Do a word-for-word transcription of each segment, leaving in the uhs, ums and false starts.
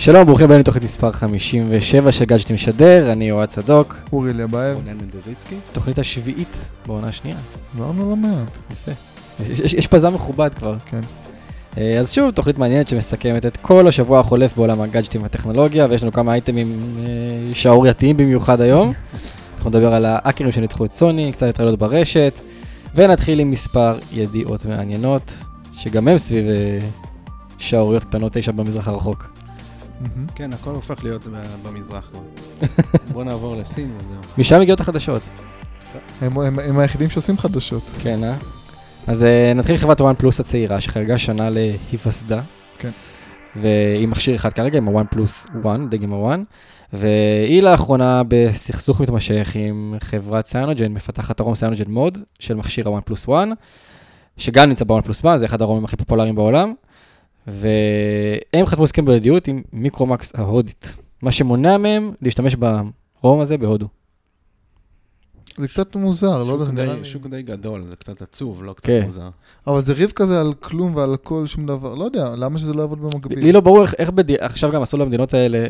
שלום, ברוכים הבאים לתוכנית מספר חמישים ושבע של גאדג'טים משדר, אני אוהד צדוק. אורי ליבאב. רונן מנדזיצקי. תוכנית השביעית בעונה השנייה. עברנו לא מעט. יפה. יש, יש פזם מכובד כבר. כן. אז שוב, תוכנית מעניינת שמסכמת את כל השבוע החולף בעולם הגאדג'טים והטכנולוגיה, ויש לנו כמה אייטמים שערורייתיים במיוחד היום. אנחנו נדבר על האקרים שניצחו את סוני, קצת התרעלות ברשת, ונתחיל עם מספר ידיעות מעניינות, שגם הם סביב שערוריות קטנות תשע במזרח הרחוק. כן, הכל הופך להיות במזרח כבר. בוא נעבור לסין וזהו. משם מגיעות החדשות. הם היחידים שעושים חדשות. כן, אה? אז נתחיל חברת וואן פלוס הצעירה, שחרגה שנה להיווסדה. כן. והיא מכשיר אחד כרגע עם הוואן פלוס וואן, דגם הוואן. והיא לאחרונה בסכסוך מתמשך עם חברת סיינוג'ן, מפתחת הרום סיינוג'ן מוד של מכשיר הוואן פלוס וואן, שגם נמצא בוואן פלוס וואן, זה אחד הרומים הכי פופולריים בעולם. והם חתמו הסכם בלעדיות עם מיקרומקס ההודית, מה שמונע מהם להשתמש ברום הזה בהודו. זה קצת מוזר, לא יודע. שוק די גדול, זה קצת עצוב, לא קצת מוזר. אבל זה ריב כזה על כלום ועל כל שום דבר, לא יודע, למה שזה לא יעבוד במקביל? לי לא ברור איך עכשיו גם עשו למדינות האלה,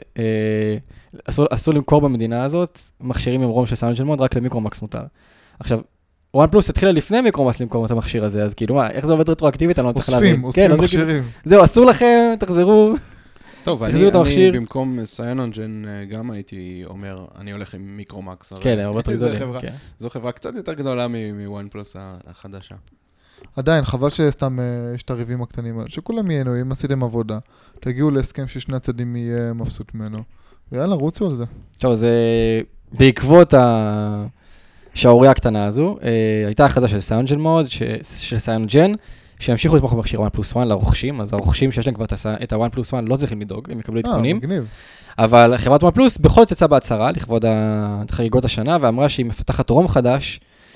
עשו למכור במדינה הזאת, מכשירים עם רום של סיינוג'ן מוד, רק למיקרומקס מותר. עכשיו, וואן פלוס התחילה לפני מיקרומקס למכור את המכשיר הזה, אז כאילו מה, איך זה עובד רטרואקטיבית, אני לא צריך להבין. אוספים, אוספים מכשירים. זהו, אסור לכם, תחזרו. טוב, אני במקום סיינוג'ן גם הייתי אומר, אני הולך עם מיקרומקס. כן, הרבה יותר גדולים. זו חברה קצת יותר גדולה מוואן פלוס החדשה. עדיין, חבל שסתם יש את הריבים הקטנים האלה, שכולם ייהנו, אם עשיתם עבודה, תגיעו להסכם ששני הצדדים יהיה מבסוט ממנו, ויאללה, רוצו על זה. טוב, זה בעקבות ה... שהאוריה הקטנה הזו, הייתה הכרזה של סיינוג'ן מוד, של סיינוג'ן, שימשיכו לתמוך במכשיר וואן פלוס וואן לרוכשים, אז הרוכשים שיש להם כבר את ה-וואן פלוס וואן לא צריכים לדאוג, הם יקבלו עדכונים. אבל חברת וואן פלוס בכל זאת יצאה בהצהרה לכבוד חגיגות השנה, ואמרה שהיא מפתחת רום חדש,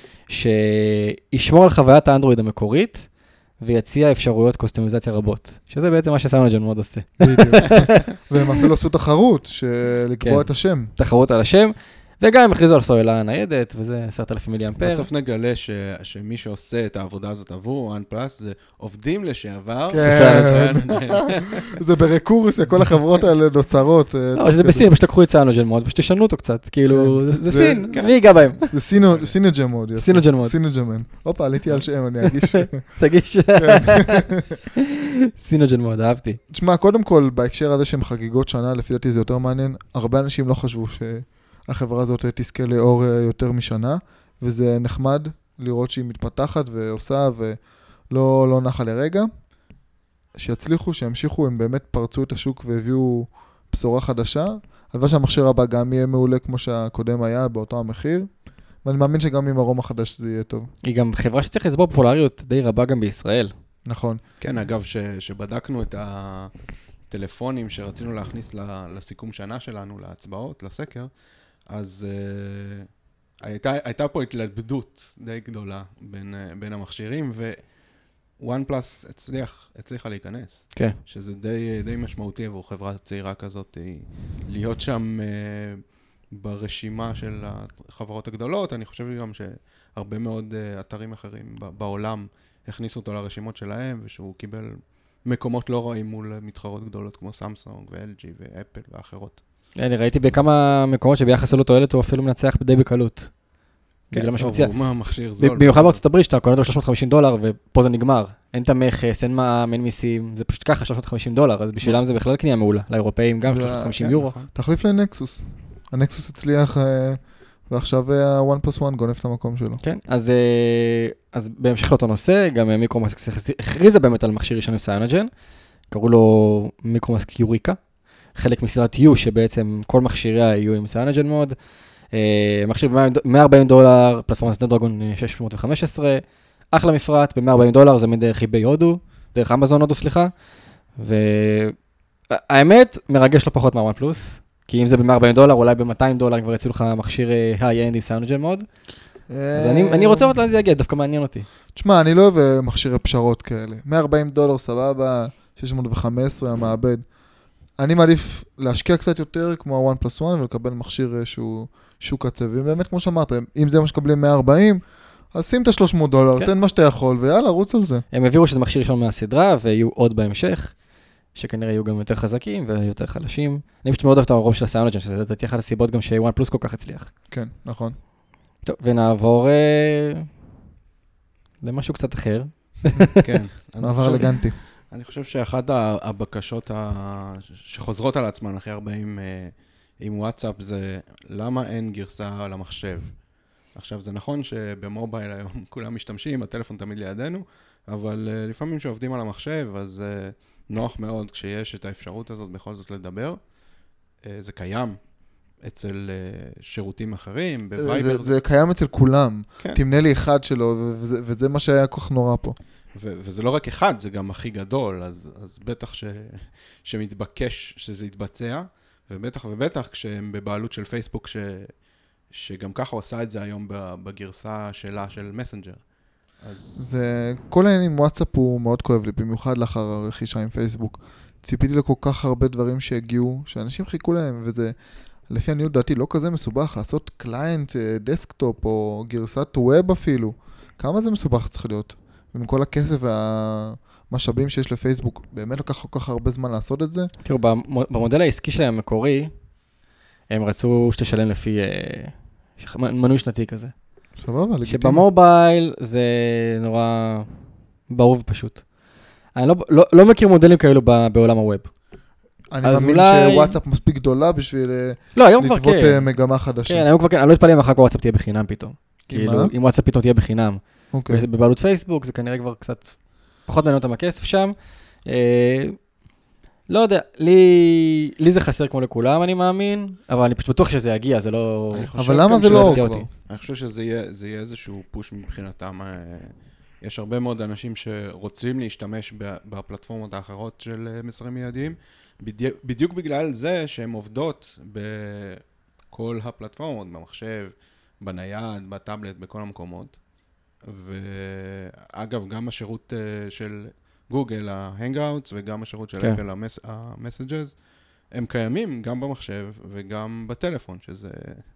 שישמור על חוויית האנדרואיד המקורית, ויציע אפשרויות קוסטומיזציה רבות, שזה בעצם מה שסיינוג'ן מוד עושה. והם אפילו עשו תחרות, לקבוע את השם. תחרות על השם. וגם הם הכריזו על סוללה ניידת, וזה עשרת אלפים מילי אמפר. בסוף נגלה שמי שעושה את העבודה הזאת עבור וואן פלוס, זה עובדים לשעבר. כן, זה ברקורסיה, כל החברות האלה נוצרות. לא, שזה בסין, פשוט לקחו את סיינוג'ן מוד, פשוט תשנו אותו קצת, כאילו, זה סין, מי ייגע בהם? זה סינוג'ן מוד. סינוג'ן מוד. סינוג'ן. הופה, עליתי על שם, אני אגיש. תגיש. סינוג'ן מוד, אהבתי. תשמע, קודם כל, בהקשר הזה שהם חגיגות שנה, לפי דעתי זה יותר מעניין, הרבה אנשים לא חשבו ש... החברה הזאת תזכה לאור יותר משנה, וזה נחמד לראות שהיא מתפתחת ועושה ולא לא נחה לרגע. שיצליחו, שימשיכו, הם באמת פרצו את השוק והביאו בשורה חדשה. הלוואי שהמכשיר הבא גם יהיה מעולה כמו שהקודם היה באותו המחיר, ואני מאמין שגם עם הרום החדש זה יהיה טוב. היא גם חברה שצריך לצבור פופולריות די רבה גם בישראל. נכון. כן, אגב, ש, שבדקנו את הטלפונים שרצינו להכניס לסיכום שנה שלנו, להצבעות, לסקר, אז uh, הייתה, הייתה פה התלבדות די גדולה בין, uh, בין המכשירים, ווואן פלוס הצליח, הצליחה להיכנס. כן. שזה די, די משמעותי עבור חברה צעירה כזאת, להיות שם uh, ברשימה של החברות הגדולות. אני חושב גם שהרבה מאוד uh, אתרים אחרים בעולם הכניסו אותו לרשימות שלהם, ושהוא קיבל מקומות לא רעים מול מתחרות גדולות כמו סמסונג ו-אל ג'י ואפל ואחרות. אני ראיתי בכמה מקומות שביחס עלו תועלת הוא אפילו מנצח בדי בקלות. כן, הוא מה מכשיר זול. במיוחד בארצות הברית שאתה קונה אותו שלוש מאות וחמישים דולר ופה זה נגמר. אין את המכס, אין מע"מ, אין מיסים, זה פשוט ככה שלוש מאות וחמישים דולר, אז בשבילם זה בכלל קנייה מעולה. לאירופאים גם שלוש מאות וחמישים יורו. תחליף לנקסוס. הנקסוס הצליח ועכשיו ה-וואן פלוס וואן גונף את המקום שלו. כן, אז בהמשך לאותו נושא, גם מיקרומקס הכריזה באמת על מכשיר ראשון עם סיינוג'ן, קראו לו מיקרומקס יוריקה. חלק מסדרת U, שבעצם כל מכשיריה יהיו עם סיינוג'ן מוד. מכשיר ב-מאה וארבעים דולר, פלטפורמת סנאפדרגון שש מאות וחמש עשרה, אחלה מפרט, ב-מאה וארבעים דולר, זה מדרך eBay הודו, דרך אמזון הודו, סליחה. והאמת, מרגש לא פחות מה-וואן פלוס, כי אם זה ב-מאה וארבעים דולר, אולי ב-מאתיים דולר כבר יצאו לך מכשיר היי-אנד עם סיינוג'ן מוד. אז אני רוצה לראות לאן זה יגיע, דווקא מעניין אותי. תשמע, אני לא אוהב מכשירי פשרות כאלה. מאה וארבעים דולר, סבבה, שש מאות וחמש עשרה, המעבד. אני מעדיף להשקיע קצת יותר כמו ה-וואן פלוס וואן ולקבל מכשיר שהוא שוק עצבי. באמת, כמו שאמרת, אם זה מה שקבלים מאה וארבעים, אז שים את ה-שלוש מאות דולר, תן מה שאתה יכול, ויאללה, רוץ על זה. הם הביאו שזה מכשיר ראשון מהסדרה, ויהיו עוד בהמשך. שכנראה יהיו גם יותר חזקים ויותר חלשים. אני פשוט מאוד אוהב את הרוב של הסיינוג'ן, שזה לדעתי אחת הסיבות גם שוואן פלוס כל כך הצליח. כן, נכון. טוב, ונעבור אה, למשהו קצת אחר. כן. מעבר אלגנטי. אני חושב שאחת הבקשות שחוזרות על עצמן הכי הרבה עם וואטסאפ זה למה אין גרסה למחשב. עכשיו זה נכון שבמובייל היום כולם משתמשים, הטלפון תמיד לידינו, אבל לפעמים שעובדים על המחשב אז נוח מאוד כשיש את האפשרות הזאת בכל זאת לדבר. זה קיים אצל שירותים אחרים, בווייבר. זה, זה קיים אצל כולם. כן. תמנה לי אחד שלו, וזה, וזה מה שהיה כל כך נורא פה. ו- וזה לא רק אחד, זה גם הכי גדול, אז, אז בטח ש- שמתבקש שזה יתבצע, ובטח ובטח כשהם בבעלות של פייסבוק, ש- שגם ככה עושה את זה היום בגרסה שלה של מסנג'ר. אז... זה, כל העניין עם וואטסאפ הוא מאוד כואב לי, במיוחד לאחר הרכישה עם פייסבוק. ציפיתי לכל כך הרבה דברים שהגיעו, שאנשים חיכו להם, וזה, לפי עניות דעתי, לא כזה מסובך, לעשות קליינט, דסקטופ, או גרסת ווב אפילו. כמה זה מסובך צריך להיות? ועם כל הכסף והמשאבים שיש לפייסבוק, באמת לקח כל כך הרבה זמן לעשות את זה? תראו, במודל העסקי שלהם המקורי, הם רצו שתשלם לפי אה, מנוי שנתי כזה. סבבה, לגיטימי. שבמובייל זה נורא ברור ופשוט. אני לא, לא, לא מכיר מודלים כאלו בעולם הווב. אני מאמין אולי... שוואטסאפ מספיק גדולה בשביל לא, היום כבר לטוות כן. מגמה חדשה. כן, היום כבר כן. אני לא אתפלא אם אחר כך וואטסאפ תהיה בחינם פתאום. עם כאילו, מה? אם וואטסאפ פתאום תהיה בחינם. אוקיי. וזה בבעלות פייסבוק, זה כנראה כבר קצת פחות מעניין אותם הכסף שם. אה, לא יודע, לי, לי זה חסר כמו לכולם, אני מאמין, אבל אני פשוט בטוח שזה יגיע, זה לא... אבל למה זה לא כבר? אני חושב שזה יהיה, זה יהיה איזשהו פוש מבחינתם. יש הרבה מאוד אנשים שרוצים להשתמש בפלטפורמות האחרות של מסרים מיידיים, בדיוק, בדיוק בגלל זה שהן עובדות בכל הפלטפורמות, במחשב, בנייד, בטאבלט, בכל המקומות. ואגב, גם השירות של גוגל, ההנגאוטס, וגם השירות של אפל, המסג'ז, הם קיימים גם במחשב וגם בטלפון, שזה,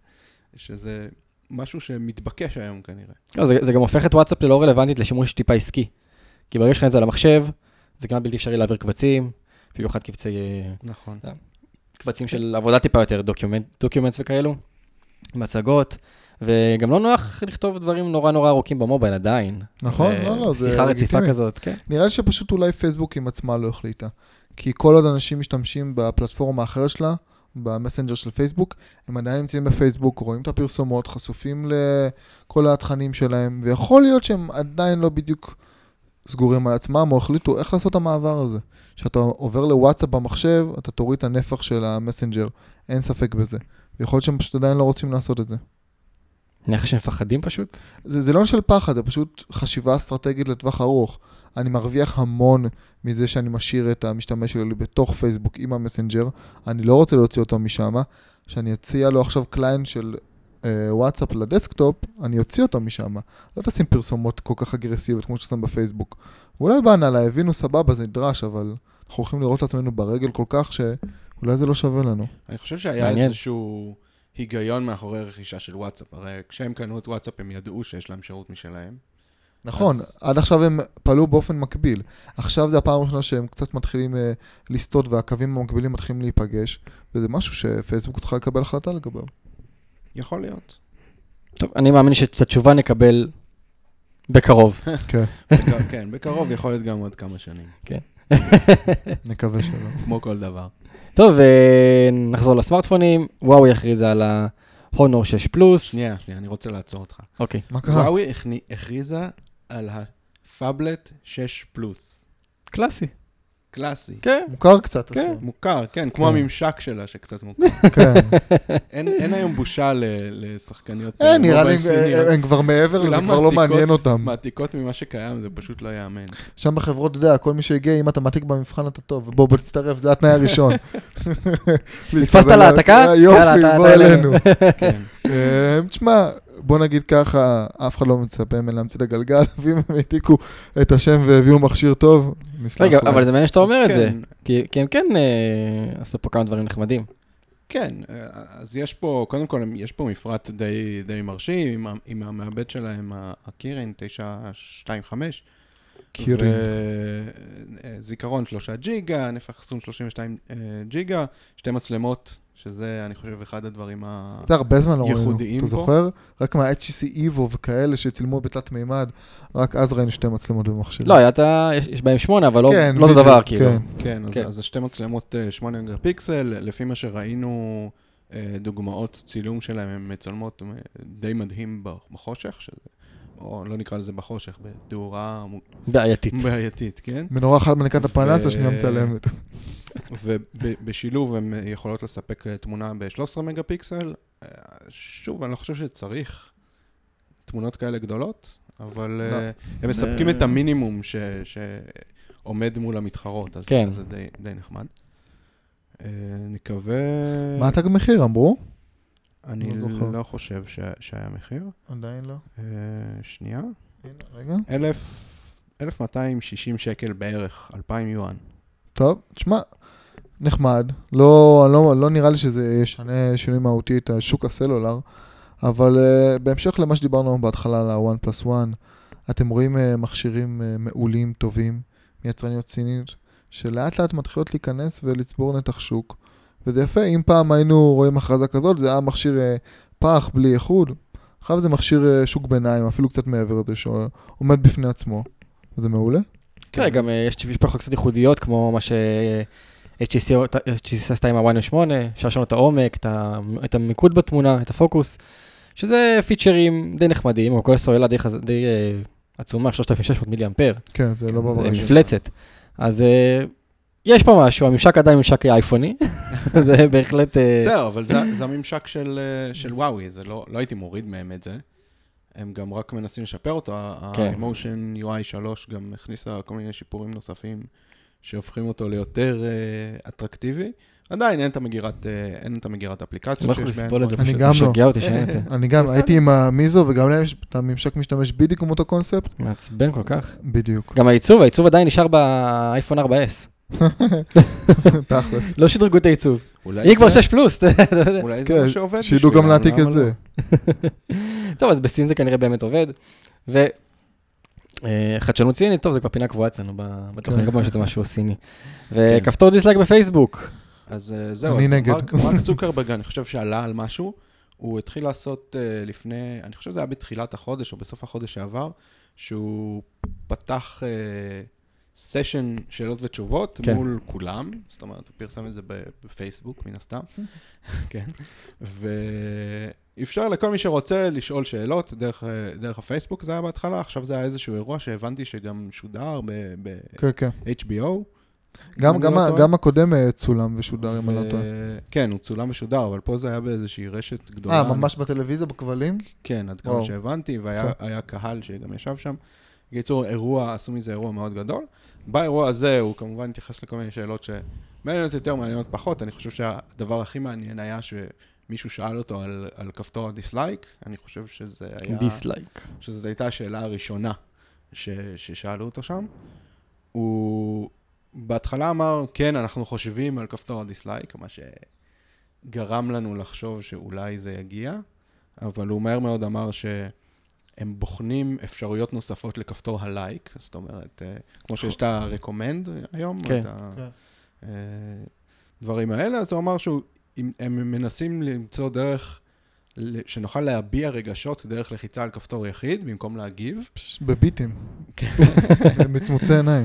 שזה משהו שמתבקש היום כנראה. לא, זה, זה גם הופך את וואטסאפ ללא רלוונטית לשימוש טיפה עסקי. כי ברגע שלך את זה על המחשב, זה כמעט בלתי אפשרי להעביר קבצים, במיוחד קבצי... נכון. קבצים של עבודה טיפה יותר, דוקיומנט, דוקיומנטס וכאלו, מצגות, וגם לא נוח לכתוב דברים נורא נורא ארוכים במובייל עדיין. נכון, לא, לא, זה שיחה רציפה לגיטימי. כזאת, כן. נראה לי שפשוט אולי פייסבוק עם עצמה לא החליטה. כי כל עוד אנשים משתמשים בפלטפורמה האחרת שלה, במסנג'ר של פייסבוק, הם עדיין נמצאים בפייסבוק, רואים את הפרסומות, חשופים לכל התכנים שלהם, ויכול להיות שהם עדיין לא בדיוק סגורים על עצמם, או החליטו איך לעשות את המעבר הזה. כשאתה עובר לוואטסאפ במחשב, אתה תוריד את הנפח של המסנג'ר, אין ספק בזה. ויכול להיות שהם פשוט עדיין לא רוצים לעשות את זה. נראה שהם מפחדים פשוט? זה, זה לא של פחד, זה פשוט חשיבה אסטרטגית לטווח ארוך. אני מרוויח המון מזה שאני משאיר את המשתמש שלי בתוך פייסבוק עם המסנג'ר. אני לא רוצה להוציא אותו משם. שאני אציע לו עכשיו קליינט של אה, וואטסאפ לדסקטופ, אני אוציא אותו משם. לא תשים פרסומות כל כך אגרסיביות כמו ששם בפייסבוק. ואולי בהנהלה הבינו סבבה, זה נדרש, אבל אנחנו הולכים לראות לעצמנו ברגל כל כך שאולי זה לא שווה לנו. אני חושב שהיה מעניין. איזשהו היגיון מאחורי רכישה של וואטסאפ. הרי כשהם קנו את וואטסאפ הם ידעו שיש להם שירות משלהם. נכון, אז... עד עכשיו הם פעלו באופן מקביל. עכשיו זה הפעם הראשונה שהם קצת מתחילים uh, לסטות והקווים המקבילים מתחילים להיפגש, וזה משהו שפייסבוק צריכה לקבל החלטה לגביו. יכול להיות. טוב, אני מאמין שאת התשובה נקבל בקרוב. כן. בקרוב, כן, בקרוב יכול להיות גם עוד כמה שנים. כן. נקווה שלא. כמו כל דבר. טוב, נחזור לסמארטפונים. וואוי הכריזה על ההונור שש פלוס. שנייה, שנייה, אני רוצה לעצור אותך. אוקיי. מה קרה? וואוי הכריזה על הפאבלט שש פלוס. קלאסי. קלאסי. כן. מוכר קצת. כן. מוכר, כן, כמו הממשק שלה שקצת מוכר. כן. אין היום בושה לשחקניות. אין, נראה לי הם כבר מעבר לזה, כבר לא מעניין אותם. מעתיקות ממה שקיים, זה פשוט לא יאמן. שם בחברות, אתה יודע, כל מי שהגיע, אם אתה מעתיק במבחן אתה טוב, בוא בוא תצטרף, זה התנאי הראשון. נתפסת להעתקה? יופי, בוא אלינו. כן. תשמע, בוא נגיד ככה, אף אחד לא מצפה מהם להמציא את הגלגל, ואם הם העתיקו את השם והביאו מכשיר טוב, נסלח. רגע, אבל זה מעניין שאתה אומר את כן. זה, כי, כי הם כן אה, עשו פה כמה דברים נחמדים. כן, אז יש פה, קודם כל, יש פה מפרט די, די מרשים, עם, עם המעבד שלהם, הקירן תשע שתיים חמש, קירים. זיכרון שלושה ג'יגה, נפח אחסון שלושים ושתיים ג'יגה, שתי מצלמות, שזה, אני חושב, אחד הדברים הייחודיים פה. זה הרבה זמן לא ראינו, אתה זוכר? רק מה-אייץ' טי סי איבו וכאלה שצילמו בתלת מימד, רק אז ראינו שתי מצלמות במכשיר. לא, יש בהם שמונה, אבל לא אותו דבר, כאילו. כן, אז זה שתי מצלמות שמונה מגה פיקסל, לפי מה שראינו, דוגמאות צילום שלהם, הן מצלמות די מדהים בחושך, או לא נקרא לזה בחושך, בתאורה בעייתית. בעייתית, כן? מנורה אחת מניקת הפנס, השנייה מצלמת. ובשילוב הן יכולות לספק תמונה ב-שלושה עשר מגה פיקסל. שוב, אני לא חושב שצריך תמונות כאלה גדולות, אבל הם מספקים את המינימום שעומד מול המתחרות, אז זה די נחמד. נקווה... מה התג מחיר, אמרו? אני לא חושב שהיה מחיר. עדיין לא. שנייה. רגע. אלף מאתיים ושישים שקל בערך, אלפיים יואן. טוב, תשמע, נחמד. לא, לא, לא נראה לי שזה ישנה שינוי מהותי את השוק הסלולר, אבל uh, בהמשך למה שדיברנו בהתחלה על ה-וואן פלוס וואן, אתם רואים uh, מכשירים uh, מעולים, טובים, מיצרניות סינית, שלאט לאט מתחילות להיכנס ולצבור נתח שוק. וזה יפה, אם פעם היינו רואים הכרזה כזאת, זה היה מכשיר uh, פח בלי איחוד, עכשיו זה מכשיר uh, שוק ביניים, אפילו קצת מעבר לזה, שעומד בפני עצמו. זה מעולה? כן, גם יש פחות קצת ייחודיות, כמו מה ש-אייץ' טי סי עשתה עם ה-וואן נקודה שמונה, אפשר לשנות את העומק, את המיקוד בתמונה, את הפוקוס, שזה פיצ'רים די נחמדים, או כל הסוללה די עצומה, שלושת אלפים ושש מאות מילי אמפר. כן, זה לא בבריש. זה מפלצת. אז יש פה משהו, הממשק עדיין ממשק אייפוני, זה בהחלט... זהו, אבל זה הממשק של וואוי, זה לא הייתי מוריד מהם את זה. הם גם רק מנסים לשפר אותו, ה-Emotion יו איי שלוש גם הכניסה כל מיני שיפורים נוספים שהופכים אותו ליותר אטרקטיבי. עדיין אין את המגירת אפליקציות שיש בהם. אני גם לא. אני גם הייתי עם המיזו וגם להם יש את הממשק משתמש בדיוק עם אותו קונספט. מעצבן כל כך. בדיוק. גם העיצוב, העיצוב עדיין נשאר באייפון ארבע אס. תכלס. לא שדרגו את העיצוב. היא כבר שש פלוס. אולי זה מה שעובד. שידעו גם להעתיק את זה. טוב, אז בסין זה כנראה באמת עובד. וחדשנות סינית, טוב, זה כבר פינה קבועה אצלנו בתוכנית, גם שזה משהו סיני. וכפתור דיסלייק בפייסבוק. אז זהו, אז מרק צוקרברג, אני חושב שעלה על משהו. הוא התחיל לעשות לפני, אני חושב שזה היה בתחילת החודש או בסוף החודש שעבר, שהוא פתח... סשן שאלות ותשובות כן. מול כולם, זאת אומרת, הוא פרסם את זה בפייסבוק, מן הסתם, כן, ואפשר לכל מי שרוצה לשאול שאלות דרך, דרך הפייסבוק, זה היה בהתחלה, עכשיו זה היה איזשהו אירוע שהבנתי שגם שודר ב-אייץ' בי או. גם, גם, גם הקודם צולם ושודר, אם אני לא טועה. כן, הוא צולם ושודר, אבל פה זה היה באיזושהי רשת גדולה. אה, ממש בטלוויזיה, בכבלים? כן, עד כמה שהבנתי, והיה קהל שגם ישב שם. בקיצור, אירוע, עשו מזה אירוע מאוד גדול. באירוע הזה הוא כמובן התייחס לכל מיני שאלות שמעניינות יותר, מעניינות פחות. אני חושב שהדבר הכי מעניין היה שמישהו שאל אותו על, על כפתור הדיסלייק. אני חושב שזה היה... דיסלייק. שזאת הייתה השאלה הראשונה ש, ששאלו אותו שם. הוא בהתחלה אמר, כן, אנחנו חושבים על כפתור הדיסלייק, מה שגרם לנו לחשוב שאולי זה יגיע, אבל הוא מהר מאוד אמר ש... הם בוחנים אפשרויות נוספות לכפתור הלייק, זאת אומרת, כמו שיש את ה-recommend היום, את הדברים האלה, אז הוא אמר שהם מנסים למצוא דרך שנוכל להביע רגשות דרך לחיצה על כפתור יחיד, במקום להגיב. בביטים. מצמוצי עיניים.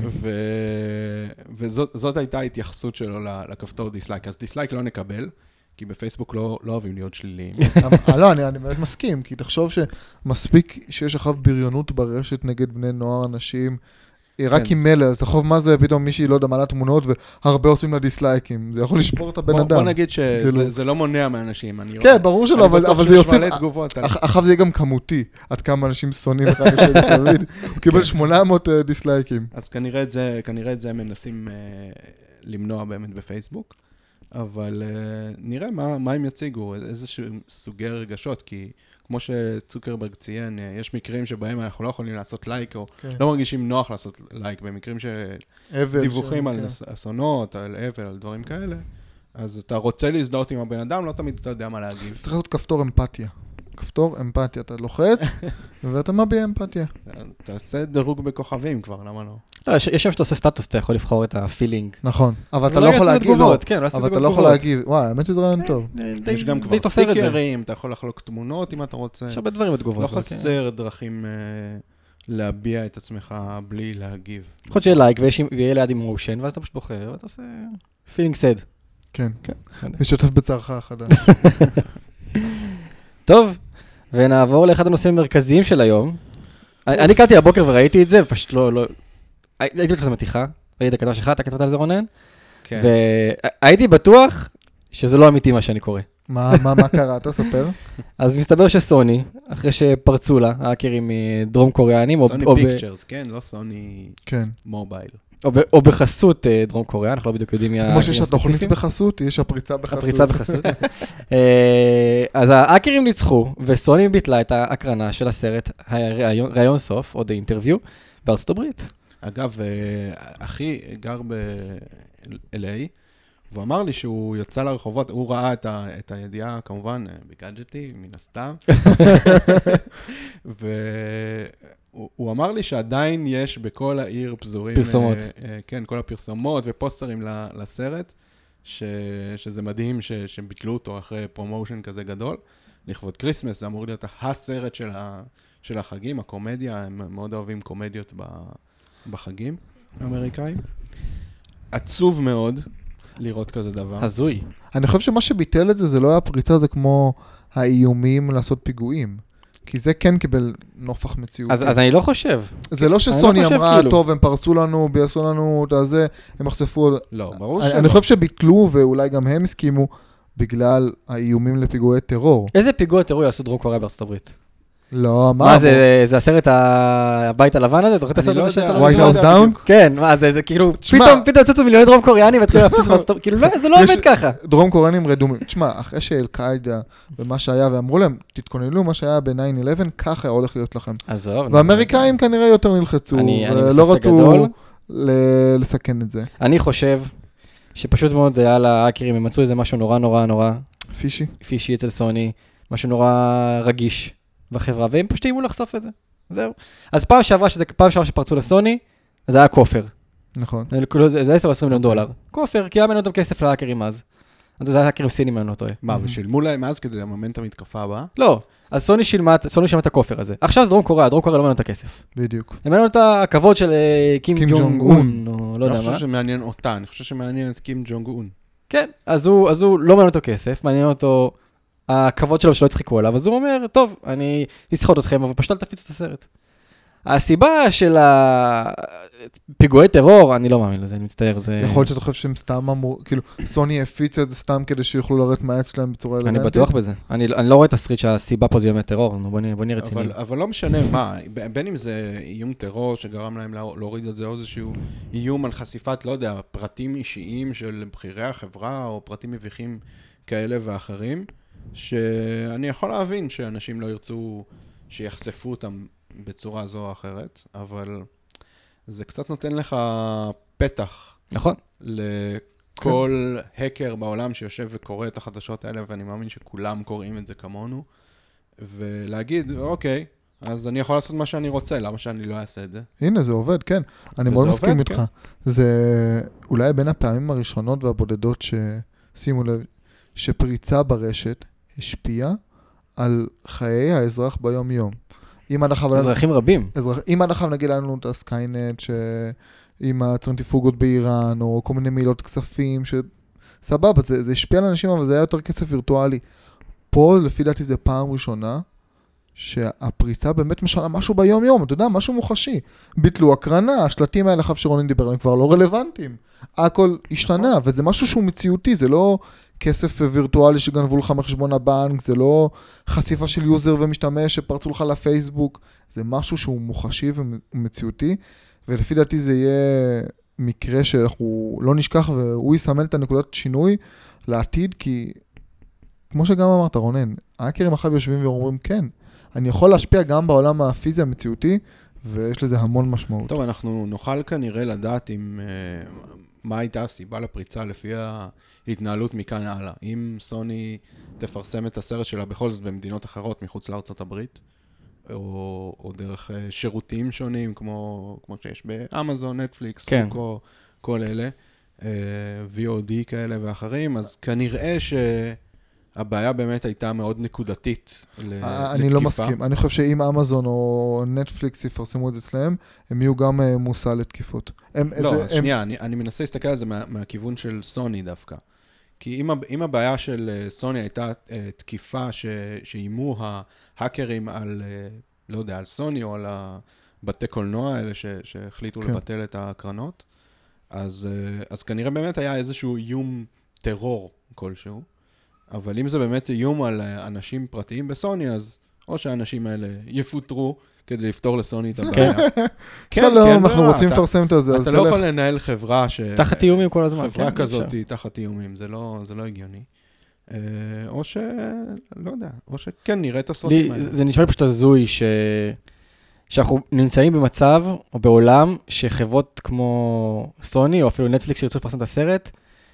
וזאת הייתה ההתייחסות שלו לכפתור דיסלייק. אז דיסלייק לא נקבל, כי בפייסבוק לא, לא אוהבים להיות שליליים. לא, אני, אני באמת מסכים, כי תחשוב שמספיק שיש אחר בריונות ברשת נגד בני נוער, אנשים, רק עם מלא, אז תחשוב מה זה, פתאום מישהי לא יודע מעלה תמונות, והרבה עושים לה דיסלייקים, זה יכול לשבור את הבן אדם. בוא נגיד שזה לא מונע מאנשים. כן, ברור שלא, אבל זה יוסיף, אחר זה יהיה גם כמותי, עד כמה אנשים שונאים אחד לשני, תמיד, הוא קיבל שמונה מאות דיסלייקים. אז כנראה את זה הם מנסים למנוע באמת בפייסבוק. אבל uh, נראה מה, מה הם יציגו, איזשהו סוגי רגשות, כי כמו שצוקרברג ציין, יש מקרים שבהם אנחנו לא יכולים לעשות לייק, או כן. לא מרגישים נוח לעשות לייק, במקרים של דיווחים ש... על כן. אסונות, על אבל, על דברים כאלה, אז אתה רוצה להזדהות עם הבן אדם, לא תמיד אתה יודע מה להגיב. צריך לעשות כפתור אמפתיה. כפתור אמפתיה, אתה לוחץ, ואתה מביע אמפתיה. תעשה דירוג בכוכבים כבר, למה לא? לא, יש שם שאתה עושה סטטוס, אתה יכול לבחור את הפילינג. נכון, אבל אתה לא יכול להגיב, לא. כן, לא אבל אתה לא יכול להגיב. וואי, האמת שזה רעיון טוב. יש גם כבר סטיקרים, אתה יכול לחלוק תמונות אם אתה רוצה. יש הרבה דברים בתגובות. לא חסר דרכים להביע את עצמך בלי להגיב. יכול שיהיה לייק ויהיה ליד עם מושן, ואז אתה פשוט בוחר, ואתה עושה פילינג סד. כן, משתף בצערך החדש. טוב, ונעבור לאחד הנושאים המרכזיים של היום. אני קלתי הבוקר וראיתי את זה, ופשוט לא, לא... הייתי בתוך זה מתיחה, ראיתי את הכתבה שלך, אתה כתבת על זה רונן? כן. והייתי בטוח שזה לא אמיתי מה שאני קורא. מה, מה, מה קרה? אתה ספר? אז מסתבר שסוני, אחרי שפרצו לה, האקרים מדרום קוריאנים, סוני פיקצ'רס, כן, לא סוני מובייל. או בחסות דרום קוריאה, אנחנו לא בדיוק יודעים מי כמו שיש התוכנית בחסות, יש הפריצה בחסות. הפריצה בחסות. אז האקרים ניצחו, וסוני ביטלה את ההקרנה של הסרט, ראיון סוף, או The Interview, בארצות הברית. אגב, אחי גר ב-אל איי, והוא אמר לי שהוא יצא לרחובות, הוא ראה את, ה, את הידיעה, כמובן, בגאדג'טי, מן הסתם. והוא אמר לי שעדיין יש בכל העיר פזורים... פרסומות. כן, כל הפרסומות ופוסטרים לסרט, ש, שזה מדהים ש, שהם ביטלו אותו אחרי פרומושן כזה גדול. לכבוד קריסמס, זה אמור להיות הסרט של, ה, של החגים, הקומדיה, הם מאוד אוהבים קומדיות ב, בחגים האמריקאים. עצוב מאוד. לראות כזה דבר. הזוי. אני חושב שמה שביטל את זה, זה לא היה פריצה, זה כמו האיומים לעשות פיגועים. כי זה כן קיבל נופח מציאות. אז, אז אני לא חושב. זה לא שסוני לא אמרה, כאילו. טוב, הם פרסו לנו, ביעשו לנו את הזה, הם יחשפו... לא, ברור אני, שלא. אני חושב שביטלו, ואולי גם הם הסכימו, בגלל האיומים לפיגועי טרור. איזה פיגוע טרור יעשו דרום קוריאה בארצות הברית? לא, מה? מה זה, זה הסרט הבית הלבן הזה? אתה רואה את הסרט הזה שיצא? White House Down? כן, מה זה, זה כאילו, פתאום, פתאום יצאו מיליוני דרום קוריאנים והתחילו להפציץ בארצות, כאילו, זה לא עובד ככה. דרום קוריאנים רדומים. תשמע, אחרי שאל-קאעידה ומה שהיה, ואמרו להם, תתכוננו מה שהיה ב-ניין אלבן, ככה הולך להיות לכם. עזוב. והאמריקאים כנראה יותר נלחצו, ולא רצו לסכן את זה. אני חושב שפשוט מאוד היה להאקרים, הם מצאו איזה משהו נורא נורא נורא פישי. פישי אצל סוני, משהו נורא רגיש בחברה, והם פשוט אימו לחשוף את זה. זהו. אז פעם שעברה, שזה פעם שעברה שפרצו לסוני, זה היה כופר. נכון. זה עשר או עשרים מיליון דולר. כופר, כי היה מנהל אותם כסף להאקרים אז. זה היה האקרים סינים, אני לא טועה. מה, ושילמו להם אז כדי לממן את המתקפה הבאה? לא. אז סוני שילמה, סוני שילמה את הכופר הזה. עכשיו זה דרום קוריאה, דרום קוריאה לא מנהל את הכסף. בדיוק. הם מנהל את הכבוד של קים ג'ונג און, או לא יודע מה. אני חושב שמעניין אותה, אני חושב שמעניין את קים ג'ונג און. כן, אז הוא, אז הוא לא מעניין אותו כסף, מעניין אותו הכבוד שלו שלא יצחקו עליו, אז הוא אומר, טוב, אני אסחוט אתכם, אבל פשוט אל תפיץ את הסרט. הסיבה של הפיגועי טרור, אני לא מאמין לזה, אני מצטער, זה... יכול להיות שאתה חושב שהם סתם אמרו, כאילו, סוני הפיצה את זה סתם כדי שיוכלו לראות מה אצלם בצורה אלגנטית. אני בטוח בזה. אני לא רואה תסריט שהסיבה פה זה יום טרור, בוא נהיה רציניים. אבל לא משנה מה, בין אם זה איום טרור שגרם להם להוריד את זה, או איזשהו איום על חשיפת, לא יודע, פרטים אישיים של בחירי החברה, או פרטים מביכים כאלה ואחרים, שאני יכול להבין שאנשים לא ירצו שיחשפו אותם בצורה זו או אחרת, אבל זה קצת נותן לך פתח. נכון. לכל הקר בעולם שיושב וקורא את החדשות האלה, ואני מאמין שכולם קוראים את זה כמונו, ולהגיד, אוקיי, אז אני יכול לעשות מה שאני רוצה, למה שאני לא אעשה את זה? הנה, זה עובד, כן. אני מאוד מסכים איתך. זה אולי בין הפעמים הראשונות והבודדות ששימו לב, שפריצה ברשת השפיעה על חיי האזרח ביום יום. אזרחים רבים. אם עד עכשיו נגיד לנו את הסקיינט, עם הצנטריפוגות באיראן, או כל מיני מילות כספים, סבבה, זה השפיע על אנשים, אבל זה היה יותר כסף וירטואלי. פה, לפי דעתי, זה פעם ראשונה, שהפריצה באמת משנה משהו ביום יום, אתה יודע, משהו מוחשי. ביטלו הקרנה, השלטים האלה, אחר שרונן דיבר, הם כבר לא רלוונטיים. הכל השתנה, וזה משהו שהוא מציאותי, זה לא כסף וירטואלי שגנבו לך מחשבון הבנק, זה לא חשיפה של יוזר ומשתמש שפרצו לך לפייסבוק, זה משהו שהוא מוחשי ומציאותי, ולפי דעתי זה יהיה מקרה שאנחנו לא נשכח, והוא יסמל את הנקודת שינוי לעתיד, כי כמו שגם אמרת, רונן, האקרים אחר יושבים ואומרים, כן, אני יכול להשפיע גם בעולם הפיזי המציאותי, ויש לזה המון משמעות. טוב, אנחנו נוכל כנראה לדעת אם, מה הייתה הסיבה לפריצה לפי ההתנהלות מכאן הלאה? אם סוני תפרסם את הסרט שלה בכל זאת במדינות אחרות מחוץ לארצות הברית, או, או דרך שירותים שונים, כמו, כמו שיש באמזון, נטפליקס, כן. כל, כל אלה, וי או די כאלה ואחרים, אז כנראה שהבעיה באמת הייתה מאוד נקודתית לתקיפה. אני לא מסכים. אני חושב שאם אמזון או נטפליקס יפרסמו את זה אצלהם, הם יהיו גם מושא לתקיפות. הם, לא, זה, אז הם... שנייה, אני, אני מנסה להסתכל על זה מה, מהכיוון של סוני דווקא. כי אם, אם הבעיה של סוני הייתה uh, תקיפה ש, שאימו ההאקרים על, uh, לא יודע, על סוני או על בתי קולנוע האלה ש, שהחליטו כן. לבטל את הקרנות, אז, uh, אז כנראה באמת היה איזשהו איום טרור כלשהו, אבל אם זה באמת איום על אנשים פרטיים בסוני, אז או שהאנשים האלה יפוטרו, כדי לפתור לסוני את הבעיה. שלום, אנחנו רוצים לפרסם את זה, אז אתה לא יכול לנהל חברה ש... תחת איומים כל הזמן. חברה כזאת היא תחת איומים, זה לא הגיוני. או ש... לא יודע, או שכן נראה את הסרטים האלה. זה נשמע לי פשוט הזוי שאנחנו נמצאים במצב, או בעולם, שחברות כמו סוני, או אפילו נטפליקס שירצו לפרסם את הסרט,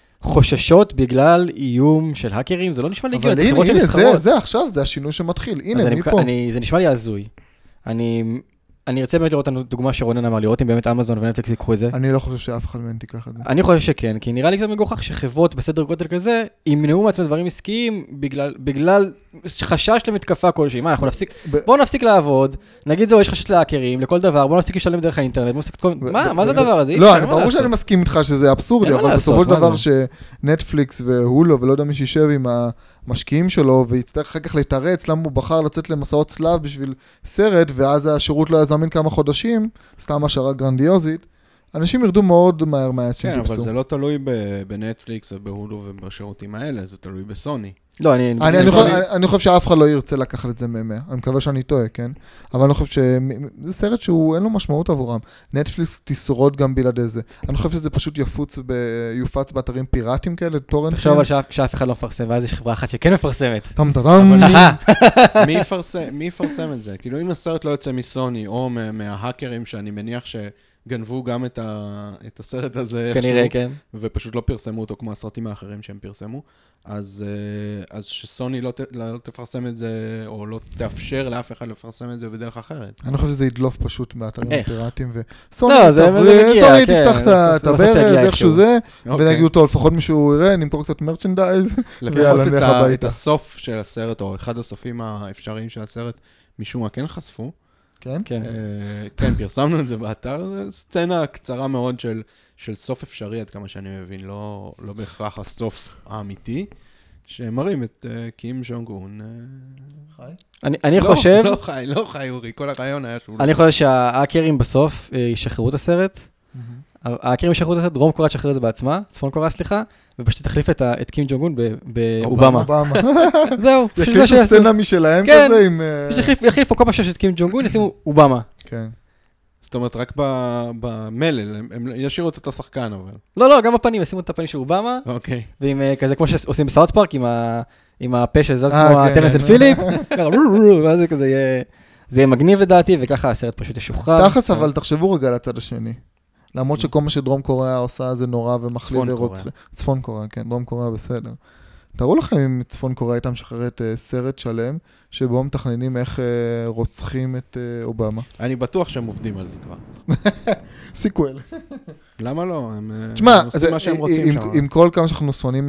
חוששות בגלל איום של האקרים, זה לא נשמע לי הגיוני. אבל הנה, הנה, זה, זה עכשיו, זה השינוי שמתחיל. הנה, אני פה. זה נשמע לי הזוי. אני, אני ארצה באמת לראות דוגמה שרונן אמר, לראות אם באמת אמזון ונטפליקס ייקחו את זה. אני לא חושב שאף אחד מהם תיקח את זה. אני חושב שכן, כי נראה לי קצת מגוחך שחברות בסדר גודל כזה, ימנעו מעצמם דברים עסקיים, בגלל, בגלל חשש למתקפה כלשהי. מה, אנחנו נפסיק, בואו נפסיק לעבוד, נגיד זהו, יש חשש להאקרים, לכל דבר, בואו נפסיק לשלם דרך האינטרנט, בואו נפסיק את כל... מה, מה זה הדבר הזה? לא, ברור שאני מסכים איתך שזה אבסורדי, אבל בסופו של דבר שנטפליקס והולו, ולא יודע מי שישב עם המשקיעים שלו, ויצטרך אחר כך לתרץ למה הוא בחר לצאת למסעות צלב בשביל סרט, ואז השירות לא יזמין כמה חודשים, סתם השערה גרנדיוזית, אנשים ירדו מאוד מהר מהעצים כן, טיפסו. אבל זה לא תלוי בנטפליקס ובהולו ובשירותים האלה, זה תלוי בסוני. לא, אני... אני, אני, חושב, אני, אני חושב שאף אחד לא ירצה לקחת את זה ממאה. אני מקווה שאני טועה, כן? אבל אני חושב שזה סרט שהוא אין לו משמעות עבורם. נטפליקס תשרוד גם בלעדי זה. אני חושב שזה פשוט יפוץ ב, יופץ באתרים פיראטיים כאלה, טורנטים. תחשוב על שאף, שאף אחד לא מפרסם, ואז יש חברה אחת שכן מפרסמת. טם טם. אבל מי, מי, יפרסם, מי יפרסם את זה? כאילו אם הסרט לא יוצא מסוני, או מה, מההאקרים שאני מניח ש... גנבו גם את, ה, את הסרט הזה. כנראה, כן. ופשוט לא פרסמו אותו כמו הסרטים האחרים שהם פרסמו. אז, אז שסוני לא, ת, לא תפרסם את זה, או לא תאפשר לאף אחד לפרסם את זה בדרך אחרת. אני חושב שזה ידלוף פשוט באתרים הפיראטיים. וסוני לא, סוני תפתח את הברז, איכשהו זה, ונגיד אותו, לפחות מישהו יראה, נמכור קצת מרצ'נדייז, לפחות את, ה, את הסוף של הסרט, או אחד הסופים האפשריים של הסרט, משום מה כן חשפו. כן? כן. כן, פרסמנו את זה באתר, זו סצנה קצרה מאוד של, של סוף אפשרי, עד כמה שאני מבין, לא, לא בהכרח הסוף האמיתי, שמראים את קים ז'ונג און. חי? אני, אני לא, חושב... לא חי, לא חי, אורי, כל הרעיון היה שהוא... אני חושב שההאקרים בסוף ישחררו את הסרט, ההאקרים ישחררו את הסרט, דרום קוריאה תשחרר את זה בעצמה, צפון קוריאה סליחה, ופשוט תחליף את קים ז'ונג און באובמה. זהו. יקליפו סצנה משלהם כזה עם... יחליפו כל מה שיש את קים ז'ונג און, ישימו אובמה. כן. זאת אומרת, רק במלל, הם ישירו את השחקן, אבל... לא, לא, גם בפנים, ישימו את הפנים של אובמה. אוקיי. ועם כזה, כמו שעושים בסאוט פארק, עם הפה שזז כמו הטנס של פיליפ, ואז זה כזה יהיה... זה יהיה מגניב לדעתי, וככה הסרט פשוט ישוחרר. תכלס, אבל תחשבו רגע לצד השני. למרות שכל מה שדרום קוריאה עושה זה נורא ומחליב ורוצח. צפון קוריאה, כן, דרום קוריאה בסדר. תראו לכם אם צפון קוריאה הייתה משחררת סרט שלם, שבו מתכננים איך רוצחים את אובמה. אני בטוח שהם עובדים על זה כבר. סיקוול. למה לא? הם עושים מה שהם רוצים שם. עם כל כמה שאנחנו שונאים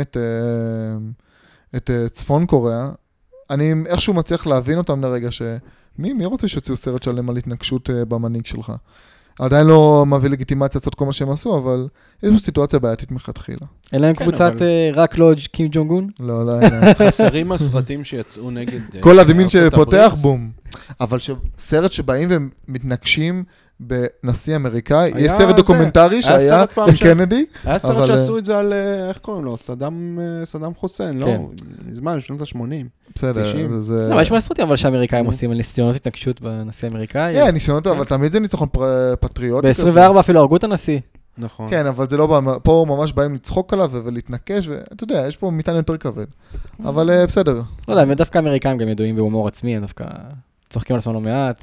את צפון קוריאה, אני איכשהו מצליח להבין אותם לרגע ש... מי רוצה שיוציאו סרט שלם על התנגשות במנהיג שלך? עדיין לא מביא לגיטימציה לעשות כל מה שהם עשו, אבל יש פה סיטואציה בעייתית מחתחילה. אין להם קבוצת רק לא קים ג'ונג און? לא, לא, אין. חסרים הסרטים שיצאו נגד ארצות הברית. כל הדמין שפותח, בום. אבל סרט שבאים ומתנגשים בנשיא אמריקאי, יש סרט דוקומנטרי שהיה עם קנדי. היה סרט שעשו את זה על, איך קוראים לו? סדאם חוסיין, לא? מזמן, בשנות ה-שמונים. בסדר. לא, יש מה סרטים, אבל שהאמריקאים עושים על ניסיונות התנגשות בנשיא האמריקאי. כן, ניסיונות, אבל תמיד זה ניצחון פטריוטי. ב-עשרים וארבע אפילו הרגו את הנשיא. נכון. כן, אבל זה לא, פה ממש באים לצחוק עליו ולהתנקש, ואתה יודע, יש פה מטען יותר כבד. אבל בסדר. לא יודע, דווקא האמריקאים גם ידועים בהומור עצמי, הם דווקא צוחקים על עצמם לא מעט.